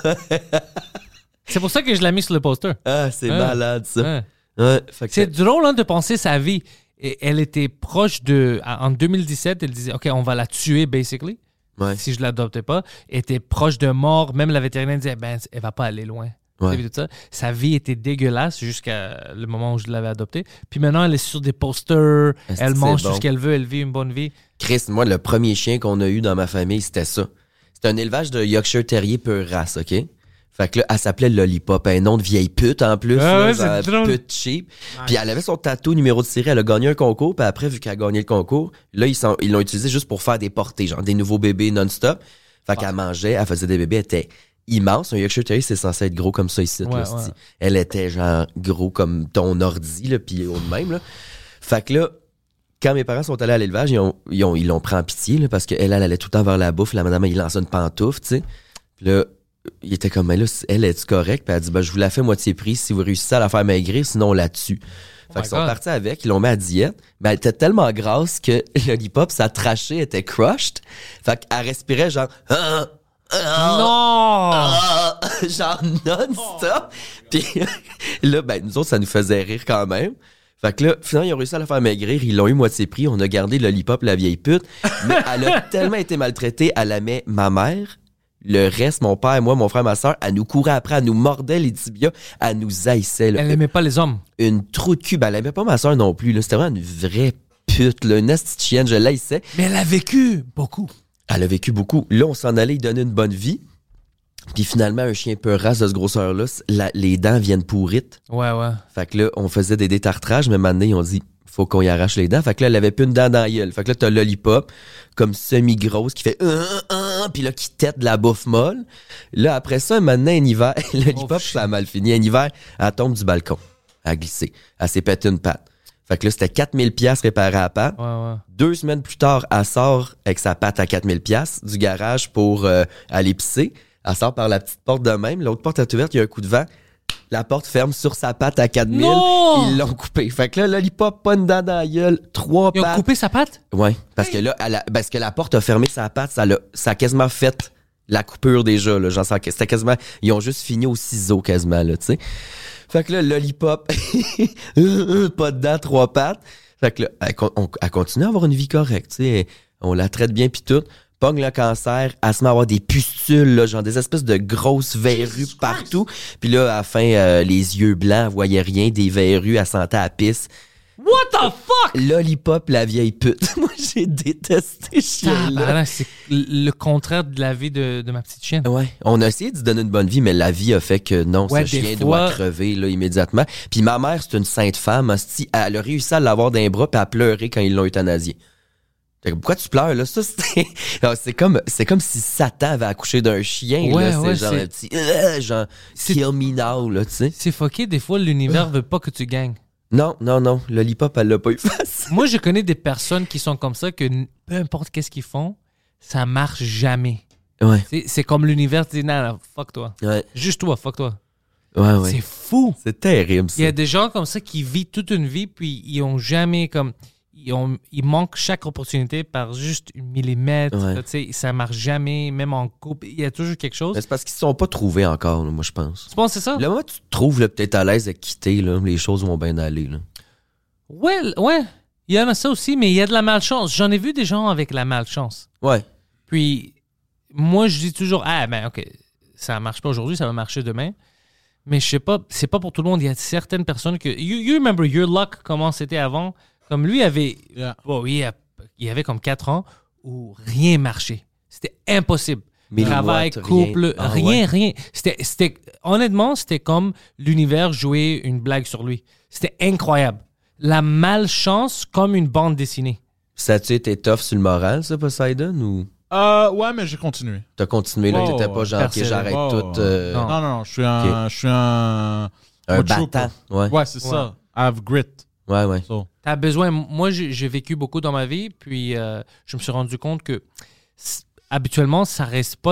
C'est pour ça que je l'ai mis sur le poster. Ah, c'est Ouais. malade, ça. Ouais. Ouais, fait que C'est drôle hein, de penser sa vie. Et elle était proche de... En deux mille dix-sept, elle disait, OK, on va la tuer, basically, Ouais. si je l'adoptais pas. Elle était proche de mort. Même la vétérinaire disait, ben, elle va pas aller loin. Ouais. Tu sais, tout ça. Sa vie était dégueulasse jusqu'à le moment où je l'avais adoptée. Puis maintenant, elle est sur des posters. Est-ce Elle que mange c'est tout bon? ce qu'elle veut. Elle vit une bonne vie. Chris, moi, le premier chien qu'on a eu dans ma famille, c'était ça. C'était un élevage de Yorkshire Terrier pure race, OK? Fait que là, elle s'appelait Lollipop, un nom de vieille pute en plus. Ah là, ouais, genre c'est drôle. pute cheap. Puis elle avait son tatou numéro de série, elle a gagné un concours, puis après, vu qu'elle a gagné le concours, là, ils, sont, ils l'ont utilisé juste pour faire des portées, genre des nouveaux bébés non-stop. Fait qu'elle mangeait, elle faisait des bébés, elle était immense. Un Yorkshire Terrier, c'est censé être gros comme ça ici. Ouais, là, ouais. c'ti. Elle était genre gros comme ton ordi, là, puis au même, là. Fait que là, quand mes parents sont allés à l'élevage, ils ont, ils ont, ils l'ont pris en pitié, là, parce qu'elle, elle allait tout le temps vers la bouffe. La madame, il lançait une pantoufle, tu sais. Puis là, il était comme, mais là, elle, est-tu correcte? Puis elle a dit, ben, je vous la fais moitié prix si vous réussissez à la faire maigrir, sinon on la tue. Fait my qu'ils sont God. partis avec, ils l'ont mis à diète. Mais elle était tellement grasse que Lollipop, sa trachée était crushed. Fait qu'elle respirait genre, ah, ah, Non! ah, genre non-stop. Puis là, ben, nous autres, ça nous faisait rire quand même. Fait que là, finalement, ils ont réussi à la faire maigrir. Ils l'ont eu moitié prix. On a gardé Lollipop, la vieille pute. Mais elle a tellement été maltraitée, elle aimait ma mère. Le reste, mon père, moi, mon frère, ma soeur, elle nous courait après, elle nous mordait les tibias, elle nous haïssait. Là. Elle n'aimait pas les hommes. Une trou de cul. Ben, elle aimait pas ma soeur non plus. Là. C'était vraiment une vraie pute, là, une asti de chienne. Je l'haïssais. Mais elle a vécu beaucoup. Elle a vécu beaucoup. Là, on s'en allait lui donner une bonne vie. Puis finalement, un chien peu race de ce grosseur-là, la- les dents viennent pourrites. Ouais, ouais. Fait que là, on faisait des détartrages, mais maintenant, ils ont dit, faut qu'on y arrache les dents. Fait que là, elle avait plus une dent dans la gueule. Fait que là, t'as Lollipop, comme semi-grosse, qui fait euh, euh, puis là, qui tête de la bouffe molle. Là, après ça, maintenant, un hiver, Lollipop, Oh, ça a mal fini. Un hiver, elle tombe du balcon. Elle a glissé. Elle s'est pété une patte. Fait que là, c'était quatre mille piastres réparé à la patte. Ouais, ouais. Deux semaines plus tard, elle sort avec sa patte à quatre mille piastres du garage pour euh, aller pisser. Elle sort par la petite porte de même. L'autre porte est ouverte, il y a un coup de vent. La porte ferme sur sa patte à quatre mille. Non! Ils l'ont coupé. Fait que là, Lollipop, pas une dent dans la gueule, trois Ils ont pattes. coupé sa patte? Ouais, parce que là, elle a- parce que la porte a fermé sa patte, ça, l'a- ça a quasiment fait la coupure déjà. Là, genre, ça- c'était quasiment, ils ont juste fini au ciseau quasiment, là, tu sais. Fait que là, Lollipop, pas de dents, trois pattes. Fait que là, elle, con- on- elle continue à avoir une vie correcte, tu sais. On la traite bien pis tout. Pogne le cancer, elle se met à avoir des pustules, là, genre des espèces de grosses verrues partout. Puis là, à la fin, euh, les yeux blancs, elle voyait rien, des verrues, elle sentait à la pisse. What the fuck? Lollipop, la vieille pute. Moi, j'ai détesté ce chien-là. Tabarnak, c'est le contraire de la vie de, de ma petite chienne. Ouais, on a essayé de lui donner une bonne vie, mais la vie a fait que non, Ouais, ce des chien fois- doit crever là, immédiatement. Puis ma mère, c'est une sainte femme, hostie, elle a réussi à l'avoir d'un bras puis à pleurer quand ils l'ont euthanasié. Fait que pourquoi tu pleures là? Ça, c'est, non, c'est comme, c'est comme si Satan avait accouché d'un chien. Ouais, là. C'est ouais, genre c'est- un petit, euh, genre, C'est- kill me now, là, tu sais. C'est fucké, des fois, l'univers veut pas que tu gagnes. Non, non, non, Lollipop, elle l'a pas eu face. Moi, je connais des personnes qui sont comme ça, que n- peu importe qu'est-ce qu'ils font, ça marche jamais. Ouais, C'est, c'est comme l'univers dit, non, non, fuck toi. ouais, Juste toi, fuck toi. ouais, ouais. C'est fou. C'est terrible, Il y ça. a des gens comme ça qui vivent toute une vie, puis ils ont jamais comme. Ils, ont, ils manquent chaque opportunité par juste un millimètre. Ouais. Tu sais, ça marche jamais, même en couple. Il y a toujours quelque chose. Mais c'est parce qu'ils se sont pas trouvés encore, là, moi, je pense. Tu penses que c'est ça? Le moment où tu te trouves là, peut-être à l'aise de quitter, là, les choses vont bien aller, là. Ouais, ouais. Il y en a ça aussi, mais il y a de la malchance. J'en ai vu des gens avec la malchance. Ouais. Puis, moi, je dis toujours, ah, ben, OK, ça marche pas aujourd'hui, ça va marcher demain. Mais je sais pas, c'est pas pour tout le monde. Il y a certaines personnes que. You, you remember your luck, comment c'était avant? Comme lui avait. Yeah. Bon, il a il y avait comme quatre ans où rien marchait. C'était impossible. Mais Travail, what, couple, rien. Ah, rien, ouais. rien. C'était, c'était, honnêtement, c'était comme l'univers jouait une blague sur lui. C'était incroyable. La malchance comme une bande dessinée. Ça a-tu été tough sur le moral, ça, Poseidon, ou Euh, ouais, mais j'ai continué. t'as continué, là, Oh, t'étais pas genre, ok, persévéré. j'arrête Oh, tout. euh, non. Non, non, non, je suis un... Je suis un... Un What you battant. call- Ouais, Ouais, c'est ça. I have grit. ouais, ouais. So. T'as besoin. Moi, j'ai, j'ai vécu beaucoup dans ma vie, puis euh, je me suis rendu compte que c- habituellement, ça reste pas.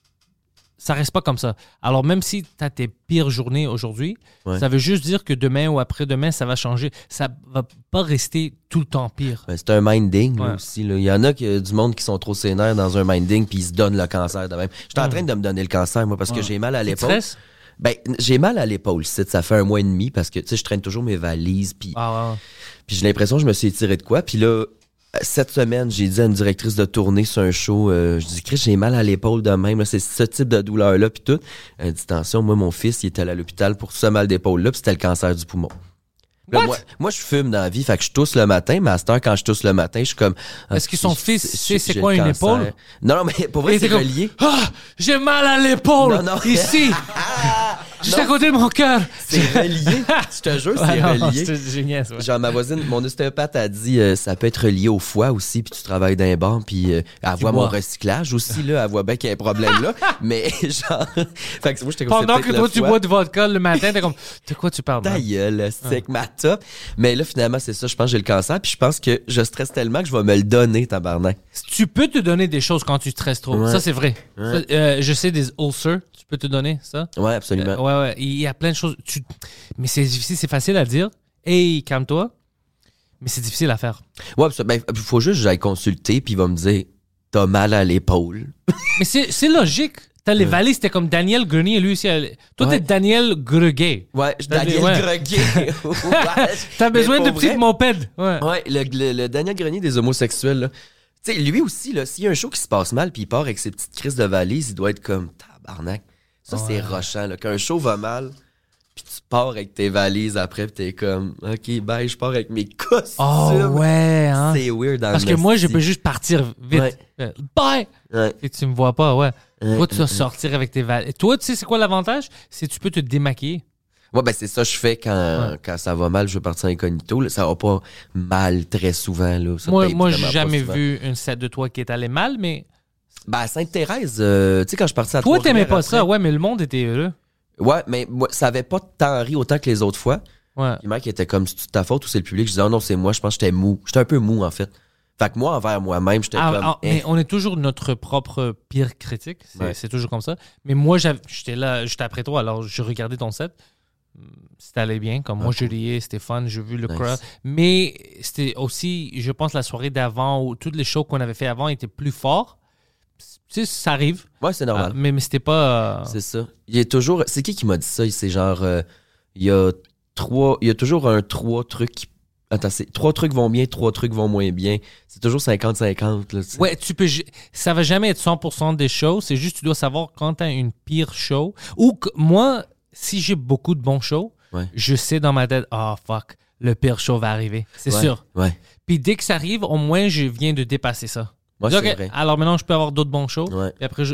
Ça reste pas comme ça. Alors, même si tu as tes pires journées aujourd'hui, Ouais. ça veut juste dire que demain ou après-demain, ça va changer. Ça va pas rester tout le temps pire. Ben, c'est un minding, là, Ouais. aussi. Là. Il y en a qui, du monde qui sont trop sénères dans un minding puis ils se donnent le cancer de même. J'étais en train de me donner le cancer, moi, parce que Ouais. j'ai mal à Tu te l'épaule. stresses? Ben, j'ai mal à l'épaule, c'est- ça fait un mois et demi parce que, tu sais, je traîne toujours mes valises puis Ah, ouais, ouais. puis j'ai l'impression que je me suis étiré de quoi. Puis là, cette semaine, j'ai dit à une directrice de tournée sur un show, euh, je dis, Chris, j'ai mal à l'épaule de même, là, c'est ce type de douleur-là, puis tout. Elle dit, attention, moi, mon fils, il était allé à l'hôpital pour ce mal d'épaule-là, puis c'était le cancer du poumon. Là, What? moi, moi, je fume dans la vie, fait que je tousse le matin, mais à cette heure, quand je tousse le matin, je suis comme... ah, Est-ce que son je- fils je- sait c'est j'ai quoi le une cancer. épaule? Non, non, mais pour vrai, Et c'est t'es comme, relié. Ah, j'ai mal à l'épaule. Non, non. Ici. Juste à côté de mon cœur. C'est relié. Je te jure, c'est Ouais, non, relié. c'est génial, ça. Genre, ma voisine, mon ostéopathe a dit euh, ça peut être relié au foie aussi, puis tu travailles dans un bar, puis euh, elle voit mon bois. recyclage aussi, là, elle voit bien qu'il y a un problème là, mais genre... fait que moi, j'étais comme, Pendant c'est que peut-être toi, le tu foie. bois du vodka le matin, t'es comme, de quoi tu parles? Ta man? gueule, c'est avec ma top. Mais là, finalement, c'est ça, je pense que j'ai le cancer, puis je pense que je stresse tellement que je vais me le donner, tabarnak. Tu peux te donner des choses quand tu stresses trop. Ouais. Ça, c'est vrai. Ouais. Ça, euh, je sais des ulcers, tu peux te donner ça. Ouais, absolument. Euh, ouais, ouais. Il y a plein de choses. Tu... Mais c'est difficile, c'est facile à dire. Hey, calme-toi. Mais c'est difficile à faire. Ouais, pis ça, ben, faut juste que j'aille consulter, puis il va me dire t'as mal à l'épaule. Mais c'est c'est logique. T'as les valises, c'était comme Daniel Grenier, lui aussi. elle- Toi, Ouais. t'es Daniel Greguet. Ouais, je T'as des- Daniel ouais. Greguet. Ouais. T'as Mais besoin pour de vrai, petites mopèdes. Ouais. Ouais, le, le- le Daniel Grenier des homosexuels, là. Tu sais, lui aussi, là, s'il y a un show qui se passe mal, puis il part avec ses petites crises de valise, il doit être comme tabarnak. Ça, c'est Ouais. rochant, là. Quand un show va mal, puis tu pars avec tes valises après, puis t'es comme, OK, bye, je pars avec mes costumes. Oh, ouais, hein. C'est weird dans Parce que moi, je peux juste partir vite. Ouais. Euh, Bye! Ouais. Et tu me vois pas, ouais. Ouais, Toi, tu vas ouais, sortir avec tes valises. Toi, tu sais, c'est quoi l'avantage? C'est que tu peux te démaquiller. Ouais, ben c'est ça que je fais quand, Ouais. quand ça va mal, je veux partir incognito. Là. Ça va pas mal très souvent. Là. Ça moi, peut être moi vraiment j'ai pas jamais souvent. vu une set de toi qui est allée mal, mais. Ben, à Sainte-Thérèse, euh, tu sais, quand je partais à Toi, t'aimais Trois-Rivières pas après- ça, ouais, mais le monde était heureux. Ouais, mais moi, ça avait pas tant ri autant que les autres fois. Ouais. Le mec était comme, c'est ta faute ou c'est le public? Je disais, oh non, c'est moi, je pense que j'étais mou. J'étais un peu mou, en fait. Fait que moi, envers moi-même, j'étais Ah, comme. ah, eh. mais on est toujours notre propre pire critique. C'est Ouais. c'est toujours comme ça. Mais moi, j'avais- j'étais là, j'étais après toi, alors je regardais ton set. C'était allé bien. Comme moi, je riais, c'était fun, j'ai vu le Nice. crowd. Mais c'était aussi, je pense, la soirée d'avant où toutes les shows qu'on avait fait avant étaient plus forts. Tu sais, ça arrive. Ouais, c'est normal. Ah, mais mais c'était pas. euh, C'est ça. Il y a toujours. C'est qui qui m'a dit ça? C'est genre. euh, il y a trois. Il y a toujours un trois trucs qui. Attends, c'est trois trucs vont bien, trois trucs vont moins bien. C'est toujours cinquante cinquante. Là, tu sais. Ouais, tu peux. j- Ça va jamais être cent pour cent des shows. C'est juste tu dois savoir quand t'as une pire show. Ou que moi, si j'ai beaucoup de bons shows, Ouais. je sais dans ma tête, ah fuck, le pire show va arriver. C'est Ouais, sûr. Ouais. Puis dès que ça arrive, au moins je viens de dépasser ça. Ouais, Je dis, c'est OK, vrai. alors maintenant je peux avoir d'autres bons shows. Ouais. Et après, je...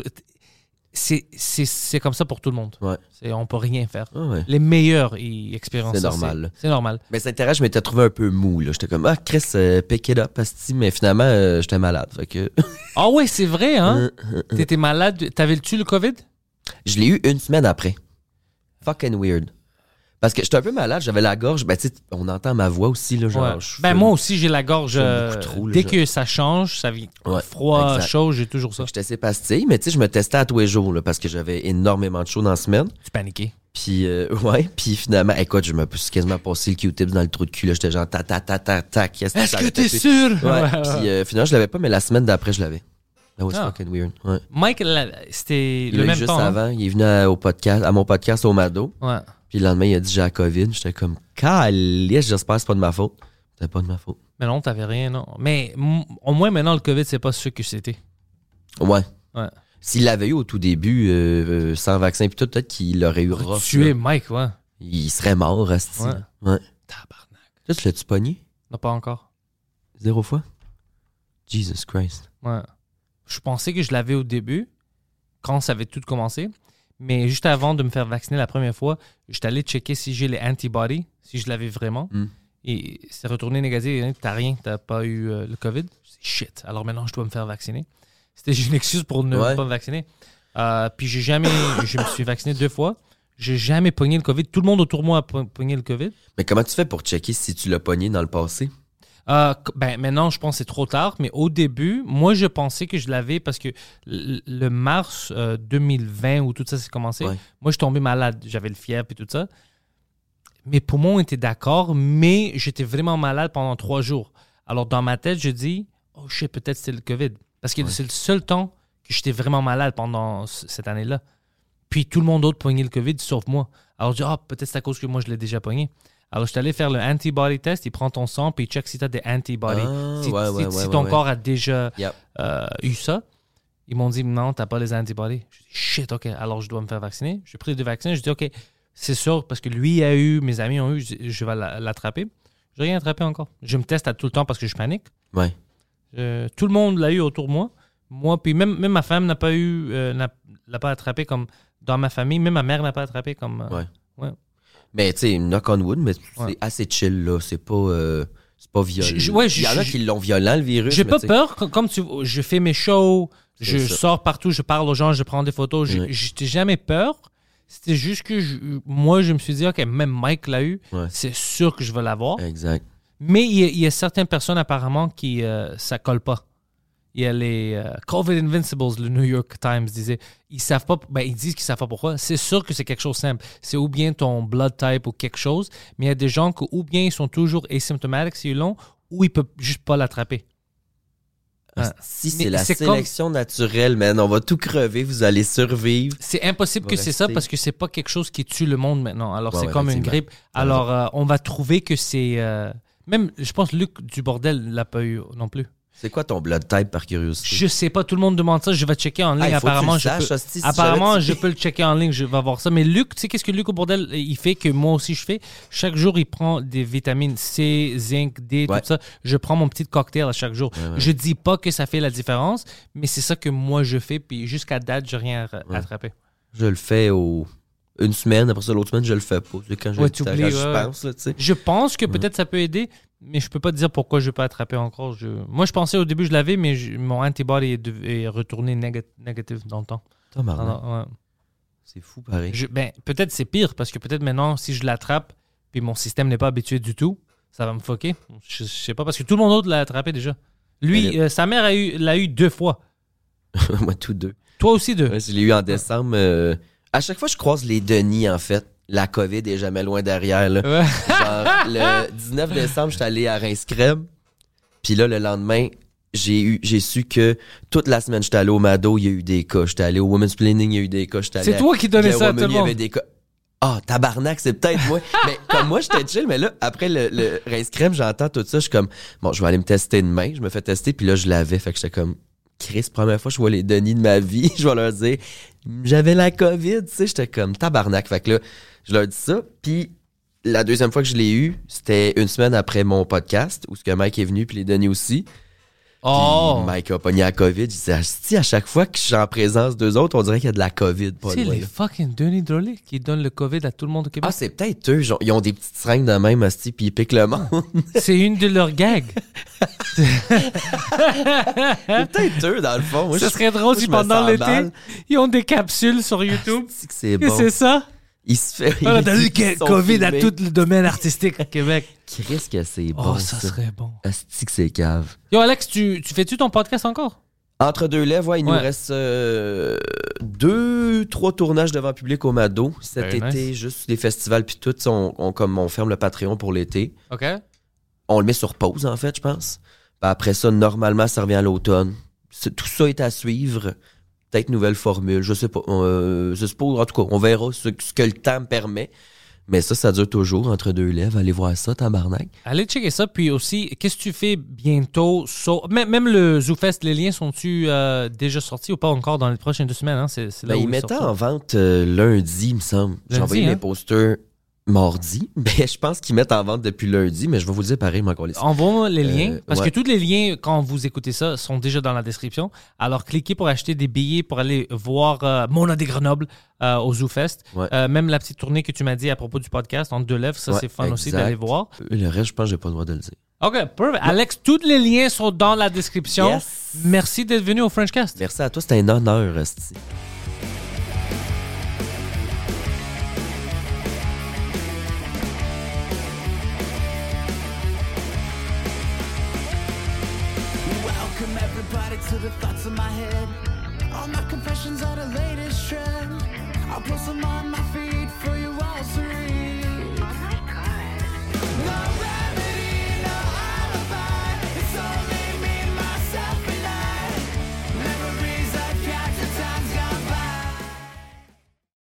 c'est, c'est, c'est comme ça pour tout le monde. Ouais. C'est, on peut rien faire. Ah ouais. Les meilleurs, ils expérimentent C'est ça. normal, là. C'est, c'est normal. Mais ça intéresse, je m'étais trouvé un peu mou. Là. J'étais comme, ah, Chris, euh, pick it up, asti. Mais finalement, euh, j'étais malade. Fait que. Ah ouais, c'est vrai, hein? Euh, T'étais malade. T'avais-tu le COVID? Je l'ai eu une semaine après. Fucking weird. Parce que j'étais un peu malade, j'avais la gorge. Ben, tu sais, on entend ma voix aussi, là. Genre, Ouais. je Ben fume. moi aussi, j'ai la gorge. je fume euh, beaucoup trop, là, dès je- que ça change, ça vient Ouais, froid, exact. chaud, j'ai toujours ça. J'étais assez pastille, mais tu sais, je me testais à tous les jours, là, parce que j'avais énormément de chaud dans la semaine. Tu paniquais. Puis, euh, ouais, puis finalement, écoute, je me suis quasiment passé le Q-tips dans le trou de cul, là. J'étais genre, ta ta ta ta ta. Est-ce Est-ce que t'es sûr? Ouais, Ouais, puis ouais. euh, finalement, je l'avais pas, mais la semaine d'après, je l'avais. That was Ah. fucking weird. Ouais. Mike, la- c'était Il le l'a eu même juste temps. hein? avant, il est venu à, au podcast, à mon podcast au Mado. Ouais. Puis le lendemain, il a dit j'ai la COVID. J'étais comme, calisse, j'espère que c'est pas de ma faute. C'était pas de ma faute. Mais non, t'avais rien, non. Mais m- au moins, maintenant, le COVID, c'est pas ce que c'était. Ouais. Ouais. S'il l'avait eu au tout début, euh, euh, sans vaccin, puis tout, peut-être qu'il l'aurait eu rough. Tuer là. Mike, ouais. Il serait mort, asti. Ouais. Ouais. Tabarnak. Toi, tu l'as-tu pogné? Non, pas encore. Zéro fois? Jesus Christ. Ouais. Je pensais que je l'avais au début, quand ça avait tout commencé. Mais juste avant de me faire vacciner la première fois, j'étais allé checker si j'ai les antibodies, si je l'avais vraiment. Mm. Et c'est retourné négatif. Hein, t'as rien, t'as pas eu euh, le COVID. C'est shit. Alors maintenant, je dois me faire vacciner. C'était une excuse pour ne Ouais. pas me vacciner. Euh, puis j'ai jamais... je me suis vacciné deux fois. J'ai jamais pogné le COVID. Tout le monde autour de moi a po- pogné le COVID. Mais comment tu fais pour checker si tu l'as pogné dans le passé? Euh, ben, maintenant, je pense que c'est trop tard, mais au début, moi, je pensais que je l'avais parce que le, le mars euh, deux mille vingt, où tout ça s'est commencé, Ouais. moi, je suis tombé malade. J'avais le fièvre et tout ça. Mes poumons étaient d'accord, mais j'étais vraiment malade pendant trois jours. Alors, dans ma tête, je dis, oh shit, peut-être c'est le COVID. Parce que Ouais. c'est le seul temps que j'étais vraiment malade pendant c- cette année-là. Puis tout le monde d'autre pognait le COVID, sauf moi. Alors, je dis, ah, peut-être c'est à cause que moi, je l'ai déjà pogné. Alors, je suis allé faire le antibody test. Il prend ton sang, puis il check si tu as des antibodies. Ah, si ouais, si- ouais, si ouais, ton ouais, corps a déjà Yep. euh, eu ça, ils m'ont dit, non, tu n'as pas les antibodies. Je dis, shit, OK, alors je dois me faire vacciner. J'ai pris deux vaccins. Je dis, OK, c'est sûr, parce que lui a eu, mes amis ont eu, je, je vais la- l'attraper. Je n'ai rien attrapé encore. Je me teste à tout le temps parce que je panique. Ouais. Euh, tout le monde l'a eu autour de moi. Moi, puis même, même ma femme n'a pas eu, euh, n'a, l'a pas attrapé comme dans ma famille. Même ma mère n'a pas attrapé comme. euh, Ouais. ouais. Mais tu sais, knock on wood, mais c'est Ouais. assez chill, là. C'est pas, euh, c'est pas violent. Je- je- ouais, je- Il y en a je- qui l'ont violent, le virus. J'ai mais pas tu sais, peur. co- Comme tu, je fais mes shows, je C'est ça. sors partout, je parle aux gens, je prends des photos. Je Ouais. J'étais jamais peur. C'était juste que je- moi, je me suis dit, OK, même Mike l'a eu. Ouais. C'est sûr que je vais l'avoir. Exact. Mais il y, a, il y a certaines personnes apparemment qui euh, ça colle pas. Il y a les euh, COVID Invincibles, le New York Times disait. Ils savent pas, ben ils disent qu'ils savent pas pourquoi. C'est sûr que c'est quelque chose de simple. C'est ou bien ton blood type ou quelque chose, mais il y a des gens qui ou bien ils sont toujours asymptomatiques s'ils l'ont, ou ils peuvent juste pas l'attraper. Ah. Si Mais c'est la c'est comme- sélection naturelle, man, on va tout crever, vous allez survivre. C'est impossible Va que c'est ça rester. parce que c'est pas quelque chose qui tue le monde maintenant. Alors Ouais, c'est ouais, comme une effectivement. grippe. Alors euh, on va trouver que c'est euh, même, je pense Luc du bordel l'a pas eu non plus. C'est quoi ton blood type par curiosité? Je sais pas, tout le monde demande ça, je vais checker en ligne. Ah, il faut que tu apparemment, le je saches, peux, hostie, si apparemment jamais tu- je peux le checker en ligne, je vais voir ça. Mais Luc, tu sais qu'est-ce que Luc au bordel il fait que moi aussi je fais? Chaque jour, il prend des vitamines C, zinc, D, Ouais. tout ça. Je prends mon petit cocktail à chaque jour. Ouais, ouais. Je dis pas que ça fait la différence, mais c'est ça que moi je fais. Puis jusqu'à date, j'ai rien à Ouais. attrapé. Je le fais au... une semaine, après ça, l'autre semaine, je le fais pas. C'est quand je, Ouais, quand t'oublies, je ouais. pense, là, tu sais. Je pense que peut-être ça peut aider, mais je peux pas te dire pourquoi je peux attraper encore. Je... Moi, je pensais au début je l'avais, mais je- mon antibody est, de- est retourné néga- négatif dans le temps. Tabarnak. Alors, ouais. C'est fou, pareil. Je- ben, peut-être c'est pire, parce que peut-être maintenant, si je l'attrape, puis mon système n'est pas habitué du tout, ça va me fucker. Je, je sais pas, parce que tout le monde d'autre l'a attrapé déjà. Lui, Elle est- euh, sa mère a eu, l'a eu deux fois. Moi, tous deux. Toi aussi deux. Ouais, je l'ai eu en décembre. euh, À chaque fois, je croise les Denis, en fait. La COVID est jamais loin derrière, là. Ouais. Genre, le dix-neuf décembre, j'étais allé à Reims-Crème. Puis là, le lendemain, j'ai eu, j'ai su que toute la semaine, j'étais allé au Mado, il y a eu des cas. J'étais allé au Women's Planning, il y a eu des cas. J'étais allé C'est à toi qui donnais ça à Gay tout le Woman, il y monde. avait des cas. Ah, tabarnak, c'est peut-être moi. Mais comme moi, j'étais chill, mais là, après le, le Reims-Crème, j'entends tout ça. Je suis comme, bon, je vais aller me tester demain. Je me fais tester, puis là, je l'avais. Fait que j'étais comme, Chris, première fois que je vois les Denis de ma vie, je vais leur dire, j'avais la COVID, tu sais, j'étais comme tabarnak. Fait que là, je leur dis ça. Puis la deuxième fois que je l'ai eu, c'était une semaine après mon podcast, où ce que Mike est venu, puis les Denis aussi. Oh! Puis Mike a pogné la COVID. Je disais, si à chaque fois que je suis en présence d'eux autres, on dirait qu'il y a de la COVID. Pas C'est loin, les là. fucking Denis Drolet qui donnent le COVID à tout le monde au Québec. Ah, c'est peut-être eux. genre, ils ont des petites seringues de même, hostie, puis ils piquent le monde. C'est une de leurs gags. c'est peut-être eux, dans le fond. Moi, Ce je- serait drôle moi, si je me pendant sens l'été, mal. ils ont des capsules sur YouTube. C'est que c'est Et bon. c'est ça? Il se fait. On a ils- donné ils sont COVID à filmés. tout le domaine artistique au Québec. Qu'est-ce que c'est Oh, bon, ça ça. serait bon. Asti que c'est cave. Yo, Alex, tu, tu fais-tu ton podcast encore? Entre deux lèvres, ouais, il nous Ouais. reste euh, deux, trois tournages devant public au Mado. Cet Very été, juste des festivals puis tout. On, on, comme on ferme le Patreon pour l'été. OK. On le met sur pause, en fait, je pense. Puis après ça, normalement, ça revient à l'automne. C'est- Tout ça est à suivre. Peut-être nouvelle formule, je sais pas. Euh, je suppose, en tout cas, on verra ce, ce que le temps me permet. Mais ça, ça dure toujours entre deux lèvres. Allez voir ça, tabarnak. Allez checker ça. Puis aussi, qu'est-ce que tu fais bientôt? So- même, même le ZooFest, les liens sont-tu euh, déjà sortis ou pas encore dans les prochaines deux semaines? Hein? C'est, c'est là Ben, où ils ils mettaient sortent. en vente euh, lundi, il me semble. J'ai Lundi, envoyé hein? mes posters Mardi. Ben, je pense qu'ils mettent en vente depuis lundi, mais je vais vous le dire pareil, mais encore les. Envoie-moi les liens, Euh, parce ouais. que tous les liens, quand vous écoutez ça, sont déjà dans la description. Alors, cliquez pour acheter des billets pour aller voir euh, Mona des Grenoble euh, au ZooFest. Ouais. Euh, même la petite tournée que tu m'as dit à propos du podcast, Entre deux lèvres, ça, Ouais, c'est fun aussi exact. d'aller voir. Le reste, je pense que j'ai pas le droit de le dire. OK, perfect. Alex, tous les liens sont dans la description. Yes. Merci d'être venu au Frenchcast. Merci à toi, c'était un honneur, Esti. Welcome everybody to the thoughts of my head. All my confessions are the latest trend. I'll post them on my feed for you all to